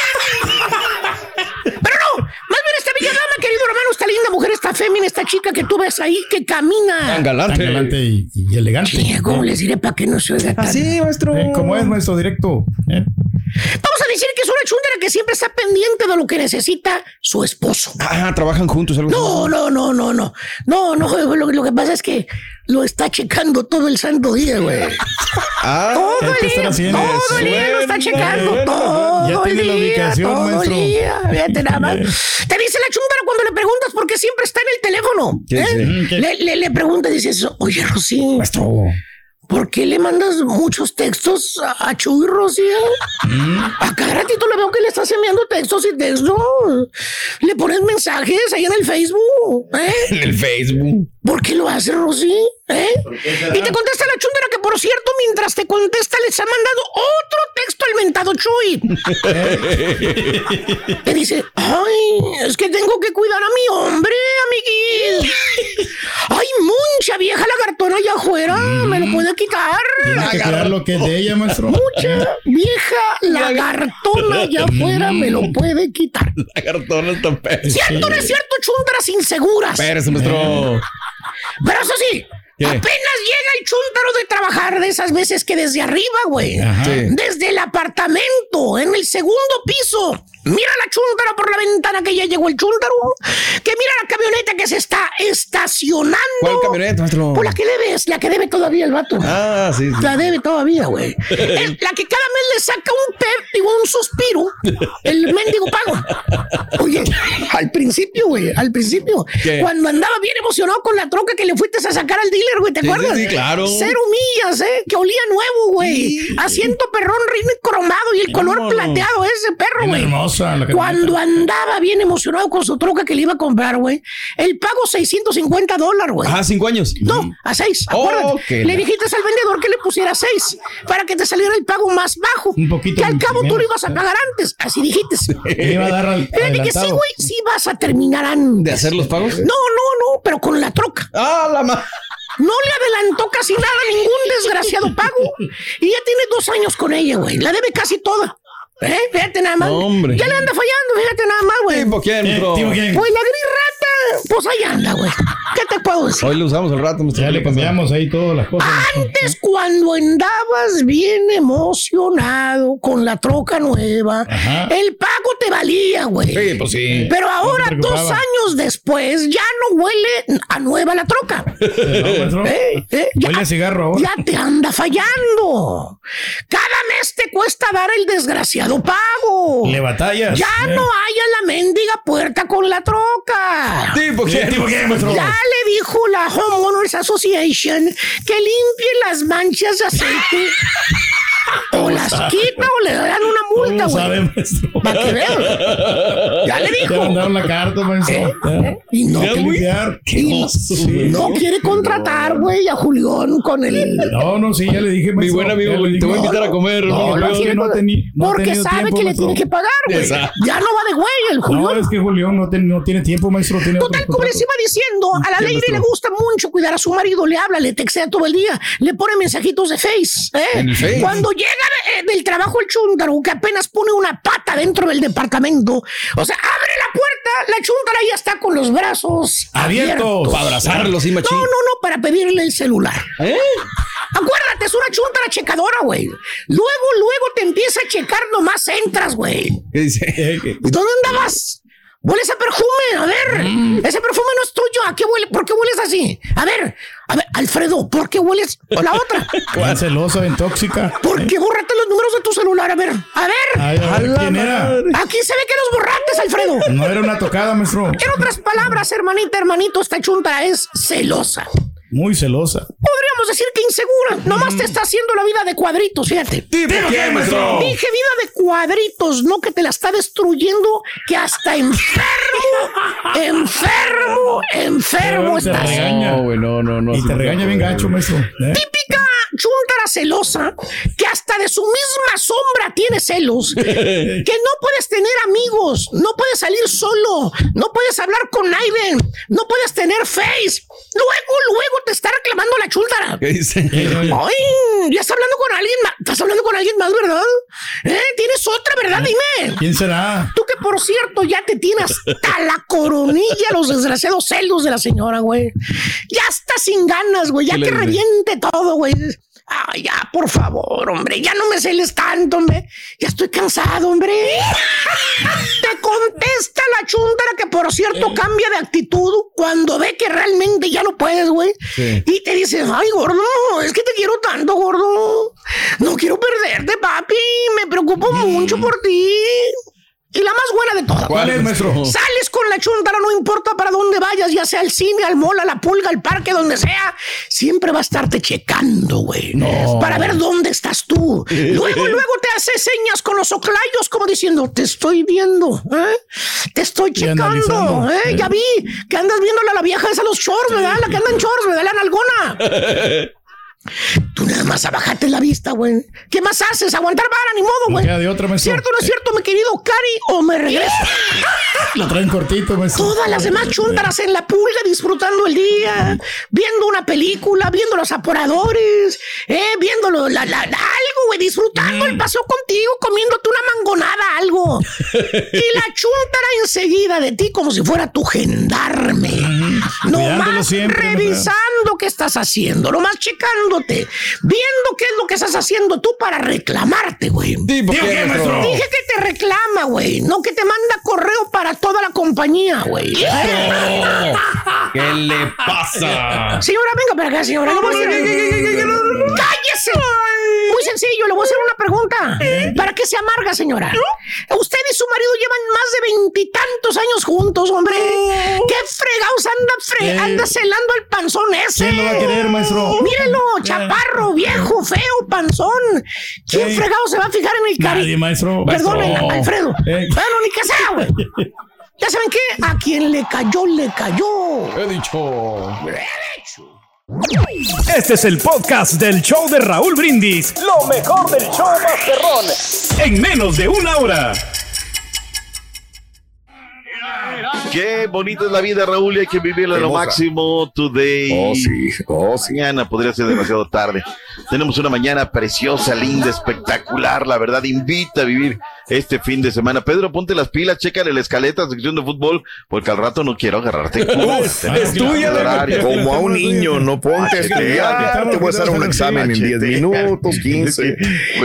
Pero no, más bien esta bella dama, querido hermano, esta linda mujer, esta fémina, esta chica que tú ves ahí que camina. Tan galante. Tan galante y, y elegante. Sí, ¿cómo les diré para que no se oiga tan? Así, maestro. Eh, ¿Cómo es, maestro? Directo. ¿Eh? Vamos a decir que es una chúndara que siempre está pendiente de lo que necesita su esposo. Ah, trabajan juntos. Algo no, no, no, no, no. No, no, lo, lo que pasa es que lo está checando todo el santo día, güey. Ah, todo el día, todo el día lo está checando. Bueno, todo ya el tiene la día, ubicación, todo maestro. el día. Fíjate nada más. Te dice la chúndara cuando le preguntas por qué siempre está en el teléfono. ¿Qué ¿eh? sí? Le, le, le pregunta y dices, oye, Rosy. Maestro. ¿por qué le mandas muchos textos a, a Chuy, Rosy? ¿Mm? A cada ratito le veo que le estás enviando textos y textos. Le pones mensajes ahí en el Facebook. ¿Eh? En el Facebook. ¿Por qué lo hace, Rosy? ¿Eh? Y te contesta la chúndara que, por cierto, mientras te contesta, les ha mandado otro texto al mentado Chuy. Te dice, ay, es que tengo que cuidar a mi hombre, amiguis. Hay mucha vieja lagartona allá afuera. Mm. ¿Me lo puede quitar? Tienes que cuidar lo que es de ella, maestro. Mucha vieja lagartona allá afuera me lo puede quitar. Lagartona está perro. ¿Cierto o no es cierto, chúndaras inseguras? Espérese, maestro. Pero eso sí, ¿qué? Apenas llega el chúntaro de trabajar, de esas veces que desde arriba, güey, sí. Desde el apartamento, en el segundo piso, mira la chúntara por la ventana que ya llegó el chúntaro, que mira la camioneta que se está estacionando. ¿Cuál camioneta, maestro? Pues la que debes, la que debe todavía el vato. Ah, sí, sí. La debe todavía, güey. La que cada mes le saca un pep y un suspiro, el mendigo pago. Oye, al principio, güey, al principio, ¿qué? Cuando andaba bien emocionado con la troca que le fuiste a sacar al dealer, güey, ¿te sí, acuerdas? Sí, sí, claro. Cero millas, ¿eh? Que olía nuevo, güey. Sí. Asiento perrón, rin cromado y el color no, plateado no. Ese perro, güey. Cuando andaba bien emocionado con su troca que le iba a comprar, güey, el pago seiscientos cincuenta dólares, güey. Ah, cinco años. No, a seis, acuérdate. Oh, okay. Le dijiste al vendedor que le pusiera seis para que te saliera el pago más bajo. Un poquito. Que al cabo menos, tú lo ibas a pagar antes. Así dijiste. Le iba a dar al, le dije, sí, güey, sí vas a terminar antes. ¿De hacer los pagos? No, no, no, pero con la troca. Ah, la ma... No le adelantó casi nada, ningún desgraciado pago. Y ya tiene dos años con ella, güey. La debe casi toda. ¿Eh? Fíjate nada más. Hombre. Ya le anda fallando, fíjate nada más, güey. ¿Tipo quién, bro? Pues la gris rata, pues ahí anda, güey. ¿Qué te puedo decir? Hoy lo usamos al rato. Ya le cambiamos ahí todas las cosas. Antes, cuando andabas bien emocionado con la troca nueva, ajá, el pago te valía, güey. Sí, pues sí. Pero ahora, no dos años después, ya no huele a nueva la troca. No, eh, eh, ya, huele a cigarro ahora. Ya te anda fallando. Cada mes te cuesta dar el desgraciado pago. Le batallas. Ya eh. no hay a la mendiga puerta con la troca. ¿Tipo qué? ¿Tipo qué, maestro? Ya le dijo la Homeowners Association que limpie las manchas de aceite. O las quita o le dan una multa, güey. Para que vean. Ya le dijo. Te mandaron la carta, maestro. ¿Eh? ¿Eh? Y no, limpiar. Y no, no quiere contratar, güey, a Julián con el. No, no, sí, ya le dije, maestro. Mi buen amigo, güey, te voy a invitar no, a comer. No, no, no, quiere no tení, no porque sabe tiempo, que maestro. Le tiene que pagar, güey. Ya no va de güey el Julián. No, es que Julián no, ten, no tiene tiempo, maestro. Tiene Total, como les iba diciendo, a la lady le gusta mucho cuidar a su marido. Le habla, le textea todo el día, le pone mensajitos de Face. ¿Eh? En el Face. Cuando llega de, del trabajo el chúntaro, que apenas pone una pata dentro del departamento, o sea, abre la puerta, la chúntara ya está con los brazos abiertos. abiertos. Para abrazarlo, sí, machín. No, no, no, para pedirle el celular. ¿Eh? Acuérdate, es una chúntara checadora, güey. Luego, luego te empieza a checar, nomás entras, güey. ¿Qué dice? ¿Dónde andabas? Hueles a perfume, a ver, mm. ese perfume no es tuyo, ¿a qué huele? ¿Por qué hueles así? A ver, a ver, Alfredo, ¿por qué hueles a la otra? ¿Cuál celosa, bien tóxica? ¿Por qué borraste los números de tu celular? A ver, a ver. Ay, a ver, ¿quién era? Aquí se ve que los borraste, Alfredo. No era una tocada, maestro. En otras palabras, hermanita, hermanito, esta chunta es celosa. Muy celosa. Podríamos decir que insegura. Mm. Nomás te está haciendo la vida de cuadritos, fíjate. ¿Tipo qué, maestro? Dije vida de cuadritos, no que te la está destruyendo, que hasta enfermo, enfermo, enfermo te estás. Regaña. No, no, no, no. Y te regaña bien gacho, maestro. ¿Eh? Típica chúntara celosa, que hasta de su misma sombra tiene celos, que no puedes tener amigos, no puedes salir solo, no puedes hablar con nadie, no puedes tener face. Luego, luego te está reclamando la chúntara. ¿Qué dice? Ay, ya está hablando con alguien más. Estás hablando con alguien más, ¿verdad? ¿Eh? ¿Tienes otra, verdad? Dime. ¿Quién será? Tú que, por cierto, ya te tienes hasta la coronilla los desgraciados celos de la señora, güey. Ya está sin ganas, güey. Ya que reviente todo, güey. Ah, ya, por favor, hombre, ya no me celes tanto, hombre. Ya estoy cansado, hombre. Te contesta la chúntara que, por cierto, eh. cambia de actitud cuando ve que realmente ya no puedes, güey. Sí. Y te dice, ay, gordo, es que te quiero tanto, gordo. No quiero perderte, papi. Me preocupo mm. mucho por ti. Y la más buena de todas. ¿Cuál es, maestro? Sales con la chuntara, no importa para dónde vayas, ya sea al cine, al mall, a la pulga, al parque, donde sea. Siempre va a estarte checando, güey. No. Para ver dónde estás tú. Luego, luego te hace señas con los oclayos como diciendo, te estoy viendo, ¿eh? Te estoy checando, ¿eh? ¿eh? Ya vi que andas viéndole a la vieja esa los shorts, ¿verdad? La que anda en shorts, ¿verdad? La nalgona. Tú nada más abajate la vista, güey. ¿Qué más haces? Aguantar vara, ni modo, güey. No de otra, maestro. ¿Cierto o no es cierto, mi querido Cari? ¿O me regreso? Lo traen cortito, maestro. Todas las demás chúntaras en la pulga disfrutando el día, viendo una película, viendo los apuradores, eh, viendo lo, la, la, la, algo, güey, disfrutando mm. el paseo contigo, comiéndote una mangonada, algo. Y la chúntara enseguida de ti como si fuera tu gendarme. Mm. Nomás siempre, revisando ¿verdad? Qué estás haciendo, nomás checando, viendo qué es lo que estás haciendo tú para reclamarte, güey. Sí, dije que te reclama, güey, no que te manda correo para toda la compañía, güey. ¿Qué le pasa? Señora, venga para acá, señora. ¡Cállese! Muy sencillo, le voy a hacer una pregunta. ¿Para qué se amarga, señora? Usted y su marido llevan más de veintitantos años juntos, hombre. ¿Qué fregados anda, fre anda celando el panzón ese? ¿Quién lo va a querer, maestro? Mírelo, chaparro, viejo, feo, panzón. ¿Quién Ey. fregado se va a fijar en el cari? Nadie, maestro. Perdón, maestro. Alfredo. Ey. Bueno, ni que sea, güey. ¿Ya saben qué? A quien le cayó, le cayó. He dicho. Este es el podcast del show de Raúl Brindis. Lo mejor del show Masterrón. En menos de una hora. Qué bonita es la vida, Raúl, y hay que vivirla a lo máximo today. Oh, sí, oh, sí. Mañana podría ser demasiado tarde. Tenemos una mañana preciosa, linda, espectacular, la verdad, invita a vivir este fin de semana. Pedro, ponte las pilas, chécale la escaleta, sección de fútbol, porque al rato no quiero agarrarte. Estudia como a un niño, no ponte a estudiar. Te voy a hacer un examen en diez minutos, quince.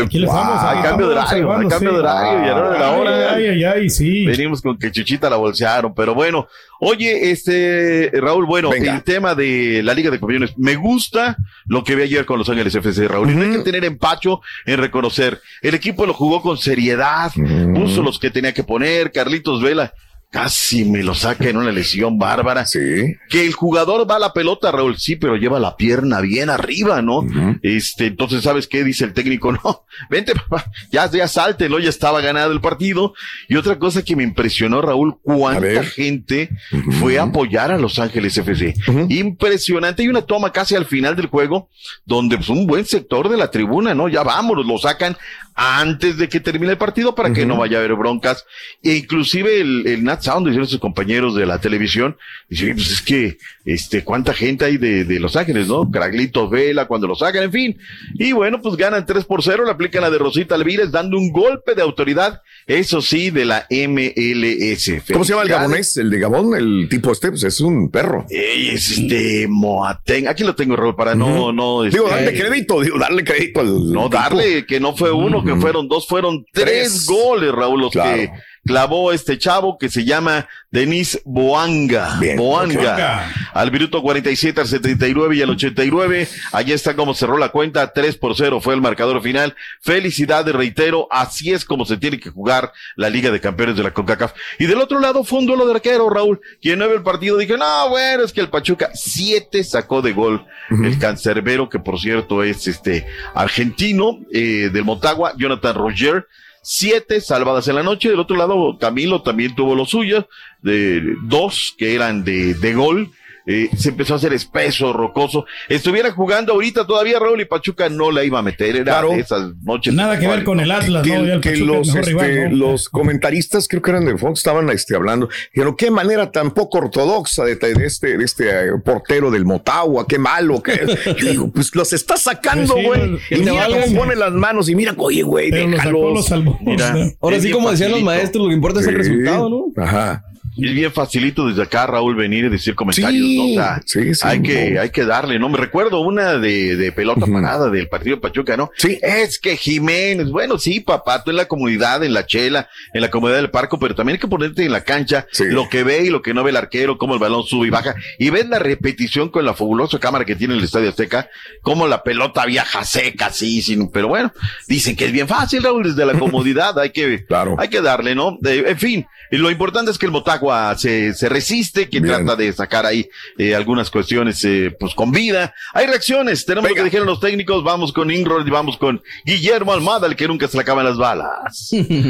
A cambio de horario, a cambio de horario, y a la hora de la hora. Ay, ay, ay, sí. Venimos con que Chuchita la bolsearon, pero bueno. Oye, este, Raúl, bueno, Venga. el tema de la Liga de Campeones, me gusta lo que vi ayer con Los Ángeles F C, Raúl, uh-huh. y no hay que tener empacho en reconocer, el equipo lo jugó con seriedad, uh-huh. puso los que tenía que poner, Carlitos Vela, casi me lo saca en una lesión bárbara. Sí. Que el jugador va a la pelota, Raúl, sí, pero lleva la pierna bien arriba, ¿no? Uh-huh. Este, entonces, ¿sabes qué? Dice el técnico, no, vente, papá, ya, ya sáltelo, ya estaba ganado el partido. Y otra cosa que me impresionó, Raúl, cuánta gente uh-huh. fue a apoyar a Los Ángeles F C. Uh-huh. Impresionante. Hay una toma casi al final del juego, donde pues, un buen sector de la tribuna, ¿no? Ya vámonos, lo sacan antes de que termine el partido para uh-huh. que no vaya a haber broncas. E inclusive el, el Nat Sound, dijeron sus compañeros de la televisión, dice, pues es que, este, cuánta gente hay de, de Los Ángeles, ¿no? Carlitos Vela, cuando lo sacan, en fin. Y bueno, pues ganan tres por cero, le aplican la de Rosita Alvírez, dando un golpe de autoridad, eso sí, de la M L S. ¿Cómo se llama el gabonés? El de Gabón, el tipo este, pues es un perro. Eh, es este, Moateng, aquí lo tengo, Raúl, para no, uh-huh. no. Este, digo, darle crédito, digo, darle crédito al. No, darle, tipo. Que no fue uno, uh-huh. que fueron dos, fueron tres, tres goles, Raúl, los claro. que clavó este chavo que se llama Denis Boanga. Bien, Boanga. Okay. Al minuto cuarenta y siete, al setenta y nueve y al ochenta y nueve. Allí está como cerró la cuenta. tres por cero fue el marcador final. Felicidades, reitero. Así es como se tiene que jugar la Liga de Campeones de la CONCACAF. Y del otro lado fue un duelo de arquero, Raúl. Quien no ve el partido dije, no, bueno, es que el Pachuca siete sacó de gol. Uh-huh. El cancerbero, que por cierto es este argentino, eh, del Motagua, Jonathan Roger. Siete salvadas en la noche. Del otro lado, Camilo también tuvo lo suyo, de dos que eran de, de gol. Eh, se empezó a hacer espeso, rocoso. Estuviera jugando ahorita todavía Raúl y Pachuca no la iba a meter. Era claro, de esas noches. Nada que ver con el Atlas, que, ¿no? El que los, este, rival, ¿no? Los comentaristas, creo que eran de Fox, estaban este, hablando. Pero qué manera tan poco ortodoxa de, de este, de este uh, portero del Motagua, qué malo. Que, yo digo, pues los está sacando, güey. Sí, y mira cómo pone las manos y mira, oye, güey, déjalo. Ahora sí, como decían los maestros, lo que importa sí, es el resultado, ¿no? Ajá. Es bien facilito desde acá, Raúl, venir y decir comentarios, sí, ¿no? O sea, sí, sí, hay, no. que, hay que darle, ¿no? Me recuerdo una de, de pelota uh-huh. parada del partido de Pachuca, ¿no? Sí. Es que Jiménez, bueno, sí, papá, tú en la comunidad, en la chela, en la comodidad del parco, pero también hay que ponerte en la cancha sí. lo que ve y lo que no ve el arquero, cómo el balón sube y baja, y ves la repetición con la fabulosa cámara que tiene el Estadio Azteca, cómo la pelota viaja seca, sí, sin, pero bueno, dicen que es bien fácil, Raúl, desde la comodidad, hay que, claro. hay que darle, ¿no? Eh, en fin, lo importante es que el Motagua se, se resiste, que bien. Trata de sacar ahí eh, algunas cuestiones, eh, pues con vida. Hay reacciones, tenemos Venga. Lo que dijeron los técnicos, vamos con Ingrid y vamos con Guillermo Almada, el que nunca se le acaban las balas.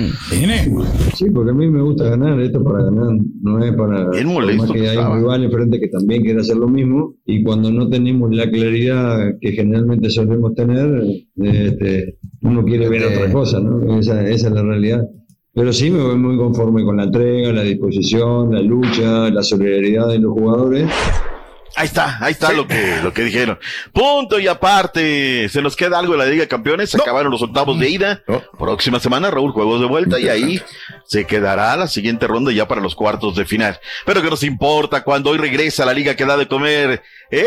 Sí, porque a mí me gusta ganar, esto para ganar, no es para... Bien molesto más que, que hay estaba. un rival enfrente que también quiere hacer lo mismo, y cuando no tenemos la claridad que generalmente solemos tener, este, uno quiere ver este... otra cosa, ¿no? Esa, esa es la realidad. Pero sí me voy muy conforme con la entrega, la disposición, la lucha, la solidaridad de los jugadores. Ahí está, ahí está sí. lo que lo que dijeron. Punto y aparte, se nos queda algo de la Liga de Campeones, se no. acabaron los octavos de ida. No. Próxima semana, Raúl, juegos de vuelta y ahí se quedará la siguiente ronda ya para los cuartos de final. Pero que nos importa cuando hoy regresa la liga que da de comer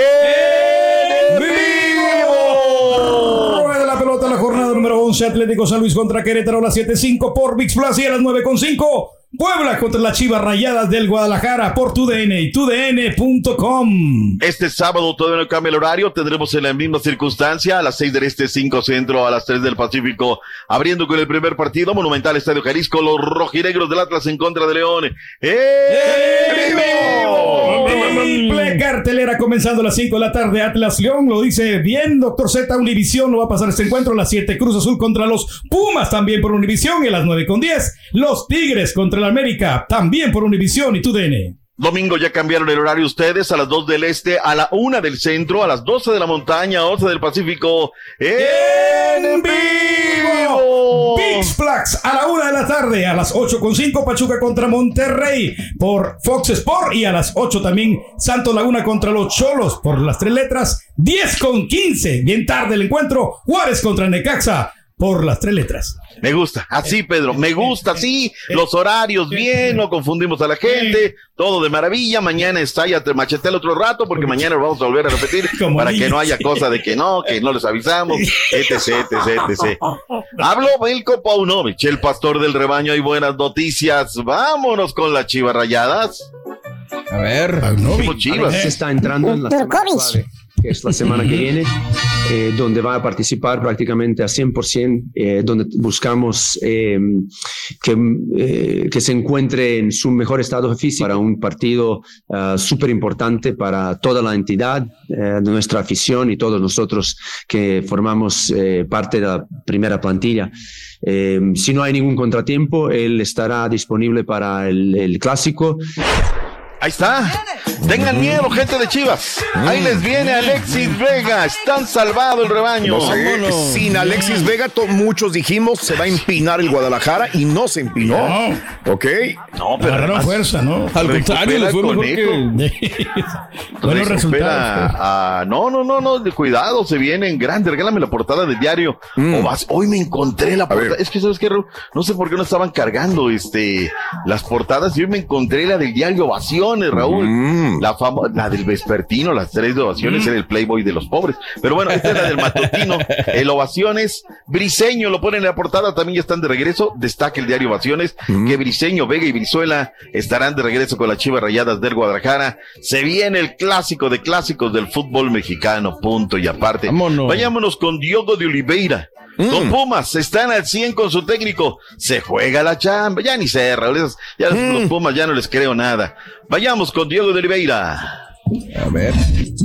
en vivo. Rueda la pelota, la jornada número once, Atlético San Luis contra Querétaro a las siete cinco por ViX Plus y a las nueve cinco. Puebla contra las Chivas Rayadas del Guadalajara por tu D N y tu D N punto com. Este sábado todavía no cambia el horario, tendremos en la misma circunstancia a las seis del Este, cinco Centro, a las tres del Pacífico, abriendo con el primer partido, Monumental Estadio Jalisco, los rojinegros del Atlas en contra de León. ¡En vivo! Triple cartelera comenzando a las cinco de la tarde, Atlas León, lo dice bien Doctor Z, Univisión, lo va a pasar este encuentro a las siete, Cruz Azul contra los Pumas también por Univisión, y a las nueve con diez, los Tigres contra el América, también por Univisión y tu D N. Domingo ya cambiaron el horario ustedes, a las dos del Este, a la una del Centro, a las doce de la Montaña, once del Pacífico, en vivo. ViX Plus a la una de la tarde, a las ocho con cinco, Pachuca contra Monterrey por Fox Sport, y a las ocho también Santos Laguna contra los Cholos por las tres letras, diez con quince, bien tarde el encuentro, Juárez contra Necaxa por las tres letras. Me gusta, así Pedro, me gusta, así, los horarios bien, no confundimos a la gente, todo de maravilla. Mañana está, ya te macheté el otro rato, porque mañana lo vamos a volver a repetir, para que no haya cosa de que no, que no les avisamos, etc, etc, etcétera. Habló Belko Paunovic, el pastor del rebaño, hay buenas noticias, vámonos con las Chivas Rayadas. A ver, Chivas. Se está entrando en la semana clave, que es la semana que viene, eh, donde va a participar prácticamente a cien por ciento, eh, donde buscamos eh, que, eh, que se encuentre en su mejor estado físico para un partido uh, súper importante para toda la entidad, eh, de nuestra afición y todos nosotros que formamos eh, parte de la primera plantilla. Eh, si no hay ningún contratiempo, él estará disponible para el, el clásico. Ahí está. Tengan miedo, gente de Chivas. Ahí les viene Alexis Vega. Están salvado el rebaño. No sé, sin Alexis Vega, to- muchos dijimos se va a empinar el Guadalajara y no se empinó. No. ¿Ok? No, pero agarraron fuerza, ¿no? Al contrario, les fue mejor que... Buenos resultados. A... No, no, no, no, de cuidado, se vienen grandes. Regálame la portada del diario. Mm. O vas... Hoy me encontré la portada. Es que, ¿sabes qué, Raúl? No sé por qué no estaban cargando este las portadas y hoy me encontré la del diario Ovaciones, Raúl. Mm. La fama, la del vespertino, las tres de Ovaciones, mm. era el Playboy de los pobres. Pero bueno, esta es la del matutino. El Ovaciones, Briseño lo pone en la portada, también ya están de regreso. Destaca el diario Ovaciones mm. que Briseño, Vega y Brizuela estarán de regreso con las Chivas Rayadas del Guadalajara. Se viene el clásico de clásicos del fútbol mexicano, punto y aparte. Vámonos. Vayámonos con Diogo de Oliveira. Mm. Con Pumas, están al cien con su técnico. Se juega la chamba, ya ni sé, Raúl, ya mm. los Pumas ya no les creo nada. Vayamos con Diogo de Oliveira. A ver,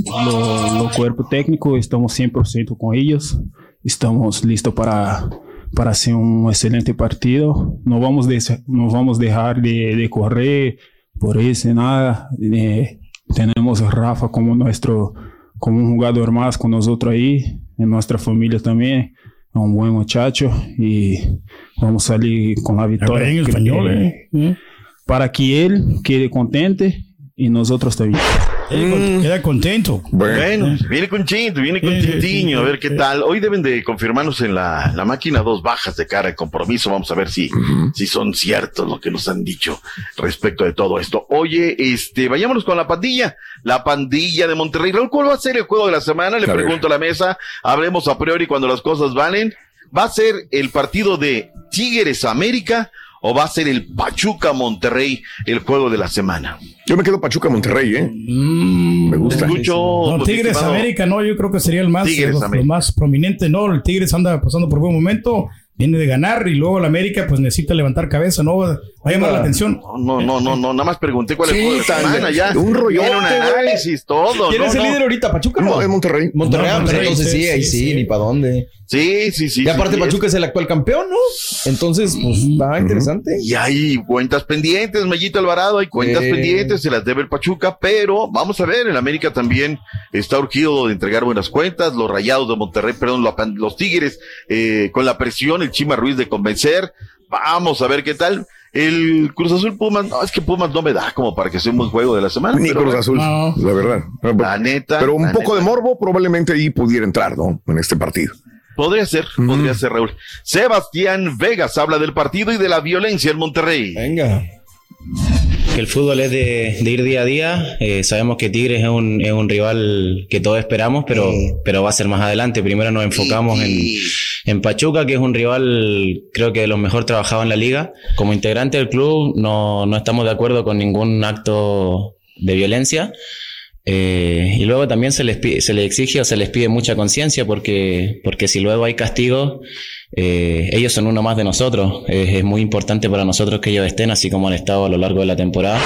lo, lo cuerpo técnico, estamos cien por ciento con ellos. Estamos listos para, para hacer un excelente partido. No vamos, de, no vamos a dejar de, de correr por eso, nada. Eh, tenemos a Rafa como nuestro, como un jugador más con nosotros ahí, en nuestra familia también. Un buen muchacho y vamos a salir con la victoria. En español, eh. Eh, para que él quede contente y nosotros también. Mm. Queda contento. Bueno, viene con Chinto, viene con Tintiño, a ver qué tal. Hoy deben de confirmarnos en la, la máquina dos bajas de cara de compromiso. Vamos a ver si, uh-huh. si son ciertos lo que nos han dicho respecto de todo esto. Oye, este, vayámonos con la pandilla. La pandilla de Monterrey. Raúl, ¿cuál va a ser el juego de la semana? Le a pregunto ver. a la mesa. Hablemos a priori cuando las cosas valen. ¿Va a ser el partido de Tigres América o va a ser el Pachuca Monterrey el juego de la semana? Yo me quedo Pachuca Monterrey, ¿eh? Mm, me gusta. Escucho, no, Tigres América, no, yo creo que sería el más, los, lo más prominente, ¿no? El Tigres anda pasando por buen momento, viene de ganar y luego el América pues necesita levantar cabeza, ¿no? Va a llamar la atención. No, no, no, no, nada más pregunté cuál es el juego de la semana, ya. Un rollo. Tiene un análisis, todo. ¿Quién no, es el no. líder ahorita? ¿Pachuca? No, es Monterrey. Monterrey, no, Monterrey entonces sí, sí, ahí sí, sí, ni para dónde. Sí, sí, sí. Y aparte sí, Pachuca es... es el actual campeón, ¿no? Entonces, pues, va uh-huh. interesante. Y hay cuentas pendientes, Mayito Alvarado, hay cuentas eh... pendientes, se las debe el Pachuca, pero vamos a ver, el América también está urgido de entregar buenas cuentas, los Rayados de Monterrey, perdón, los Tigres, eh, con la presión, el Chima Ruiz de convencer, vamos a ver qué tal. El Cruz Azul Pumas, no, es que Pumas no me da como para que sea un buen juego de la semana. Ni Cruz Azul, no. la verdad. La neta. Pero un la poco neta. de morbo probablemente ahí pudiera entrar, ¿no? En este partido. Podría ser, mm. podría ser, Raúl. Sebastián Vegas habla del partido y de la violencia en Monterrey. Venga. Que el fútbol es de, de ir día a día. Eh, sabemos que Tigres es un, es un rival que todos esperamos, pero, mm. pero va a ser más adelante. Primero nos enfocamos en, en Pachuca, que es un rival, creo que de los mejor trabajados en la liga. Como integrante del club, no, no estamos de acuerdo con ningún acto de violencia. Eh, y luego también se les pide, se les exige o se les pide mucha conciencia porque, porque si luego hay castigos, eh, ellos son uno más de nosotros. Es, es muy importante para nosotros que ellos estén así como han estado a lo largo de la temporada.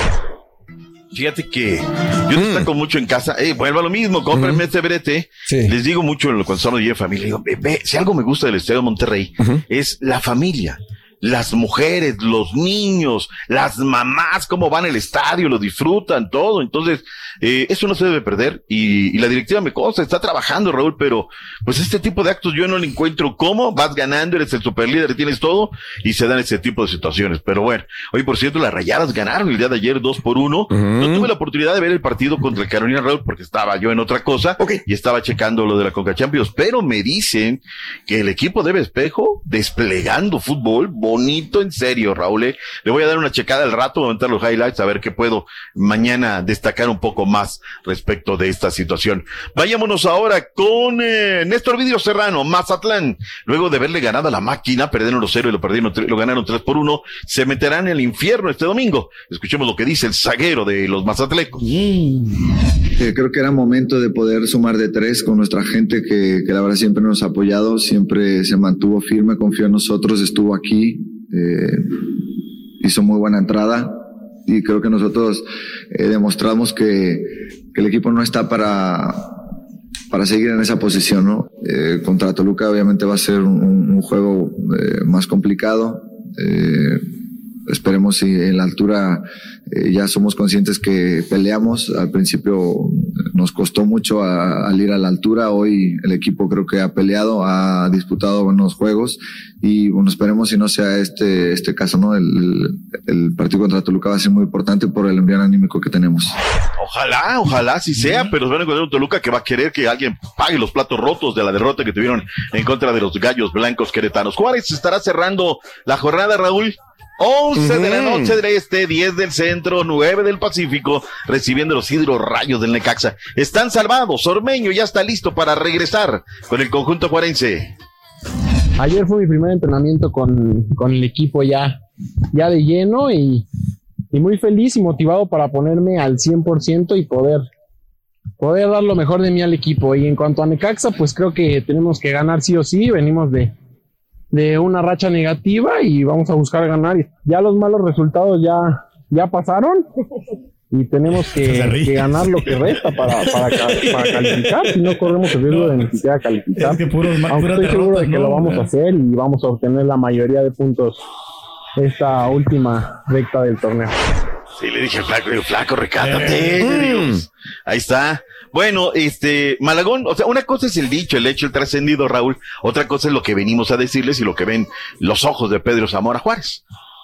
Fíjate que yo mm. destaco mucho en casa, eh, vuelva a lo mismo, cómprenme uh-huh. este brete. Sí. Les digo mucho cuando son de familia, digo, ve, ve, si algo me gusta del Estadio de Monterrey uh-huh. es la familia. Las mujeres, los niños, las mamás, cómo van al estadio, lo disfrutan, todo. Entonces, eh, eso no se debe perder. Y, y la directiva me consta, está trabajando, Raúl, pero pues este tipo de actos yo no le encuentro cómo. Vas ganando, eres el superlíder, tienes todo, y se dan ese tipo de situaciones. Pero bueno, hoy por cierto, las Rayadas ganaron el día de ayer dos por uno. Uh-huh. No tuve la oportunidad de ver el partido contra el Carolina, Raúl, porque estaba yo en otra cosa, okay. y estaba checando lo de la Conca Champions. Pero me dicen que el equipo de Espejo, desplegando fútbol, bonito, en serio, Raúl. ¿eh? Le voy a dar una checada al rato, voy a meter los highlights, a ver qué puedo mañana destacar un poco más respecto de esta situación. Vayámonos ahora con eh, Néstor Vidio Serrano, Mazatlán. Luego de haberle ganado a la Máquina, perdieron los cero y lo perdieron, lo ganaron tres por uno, se meterán en el infierno este domingo. Escuchemos lo que dice el zaguero de los mazatlecos. Mm. Eh, creo que era momento de poder sumar de tres con nuestra gente que, que la verdad siempre nos ha apoyado, siempre se mantuvo firme, confió en nosotros, estuvo aquí. Eh, hizo muy buena entrada y creo que nosotros eh, demostramos que, que el equipo no está para, para seguir en esa posición, ¿no? Eh, contra Toluca obviamente va a ser un, un juego eh, más complicado. Eh, esperemos si en la altura eh, ya somos conscientes que peleamos. Al principio nos costó mucho a, al ir a la altura. Hoy el equipo creo que ha peleado, ha disputado buenos juegos y bueno, esperemos si no sea este este caso, ¿no? El, el, el partido contra Toluca va a ser muy importante por el envío anímico que tenemos. Ojalá, ojalá sí sea, pero van a encontrar un Toluca que va a querer que alguien pague los platos rotos de la derrota que tuvieron en contra de los Gallos Blancos queretanos. Juárez estará cerrando la jornada, Raúl. once de la noche del este, diez del centro, nueve del Pacífico, recibiendo los Hidro Rayos del Necaxa. Están salvados, Ormeño ya está listo para regresar con el conjunto juarense. Ayer fue mi primer entrenamiento con, con el equipo ya, ya de lleno y, y muy feliz y motivado para ponerme al cien por ciento y poder, poder dar lo mejor de mí al equipo. Y en cuanto a Necaxa, pues creo que tenemos que ganar sí o sí, venimos de... de una racha negativa y vamos a buscar ganar. Ya los malos resultados ya, ya pasaron y tenemos que, que ganar lo que resta para, para, para calificar, si no corremos el riesgo de ni siquiera calificar. Es que puros, aunque estoy seguro de que no, lo vamos a hacer y vamos a obtener la mayoría de puntos esta última recta del torneo. Sí, le dije al flaco, digo, flaco, recátate. Mm. Ahí está. Bueno, este, Malagón, o sea, una cosa es el dicho, el hecho, el trascendido, Raúl. Otra cosa es lo que venimos a decirles y lo que ven los ojos de Pedro Zamora Juárez.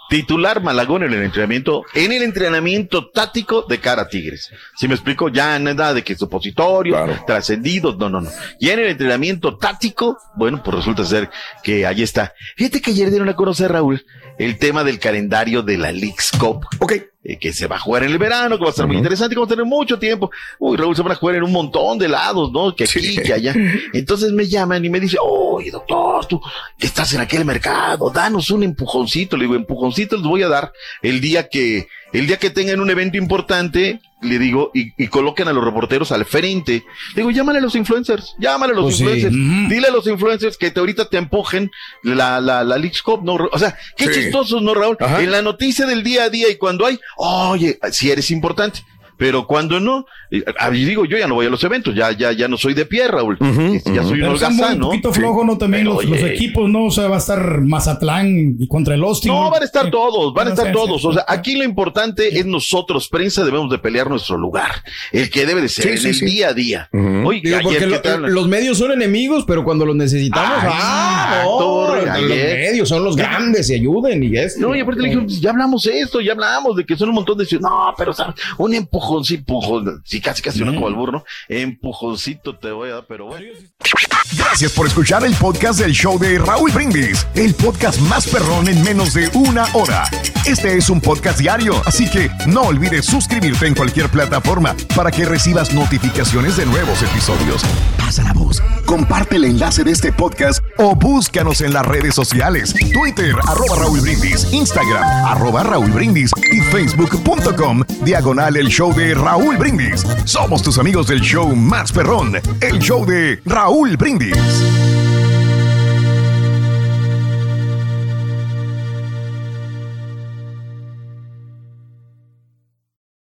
titular Malagón en el entrenamiento, en el entrenamiento táctico de cara a Tigres. Si me explico, ya nada de que supositorio, claro. trascendidos, no, no, no. Ya en el entrenamiento táctico, bueno, pues resulta ser que ahí está. Fíjate que ayer dieron a conocer, Raúl, el tema del calendario de la Leagues Cup. Ok. Eh, que se va a jugar en el verano, que va a estar uh-huh. muy interesante, que vamos a tener mucho tiempo. Uy, Raúl, se van a jugar en un montón de lados, ¿no? Que aquí, sí. que allá. Entonces me llaman y me dicen, oye, doctor, tú que estás en aquel mercado, danos un empujoncito. Le digo, empujoncito les voy a dar el día que, el día que tengan un evento importante, le digo, y, y coloquen a los reporteros al frente. Le digo, llámale a los influencers, llámale a los pues influencers, sí. mm-hmm. dile a los influencers que te, ahorita te empujen la, la, la Leagues Cup, ¿no? O sea, qué sí. chistosos, ¿no, Raúl? Ajá. En la noticia del día a día y cuando hay, oye, si eres importante. Pero cuando no, eh, digo, yo ya no voy a los eventos, ya, ya, ya no soy de pie, Raúl. Uh-huh, este, ya uh-huh. soy un holgazán, ¿no? Un poquito flojo, ¿no? También los, los equipos, ¿no? O sea, va a estar Mazatlán y contra el Austin. No, van a estar todos, van a estar todos. O sea, aquí lo importante es nosotros, prensa, debemos de pelear nuestro lugar. El que debe de ser, sí, en sí, el sí. día a día. Uh-huh. Oye, digo, porque lo, los medios son enemigos, pero cuando los necesitamos, Ay, ah, no, torre, los medios son los grandes y ayuden y esto. No, y aparte le dije, ya hablamos esto, ya hablamos de que son un montón de... No, pero, ¿sabes? Un empujoncito, empujón. Sí, casi casi uno como el burro, ¿no? Empujoncito te voy a dar, pero bueno. Gracias por escuchar el podcast del show de Raúl Brindis, el podcast más perrón en menos de una hora. Este es un podcast diario, así que no olvides suscribirte en cualquier plataforma para que recibas notificaciones de nuevos episodios. Pasa la voz, comparte el enlace de este podcast o búscanos en las redes sociales. Twitter, arroba Raúl Brindis, Instagram, arroba Raúl Brindis y Facebook punto com, diagonal el show de Raúl Brindis. Somos tus amigos del show más perrón, el show de Raúl Brindis.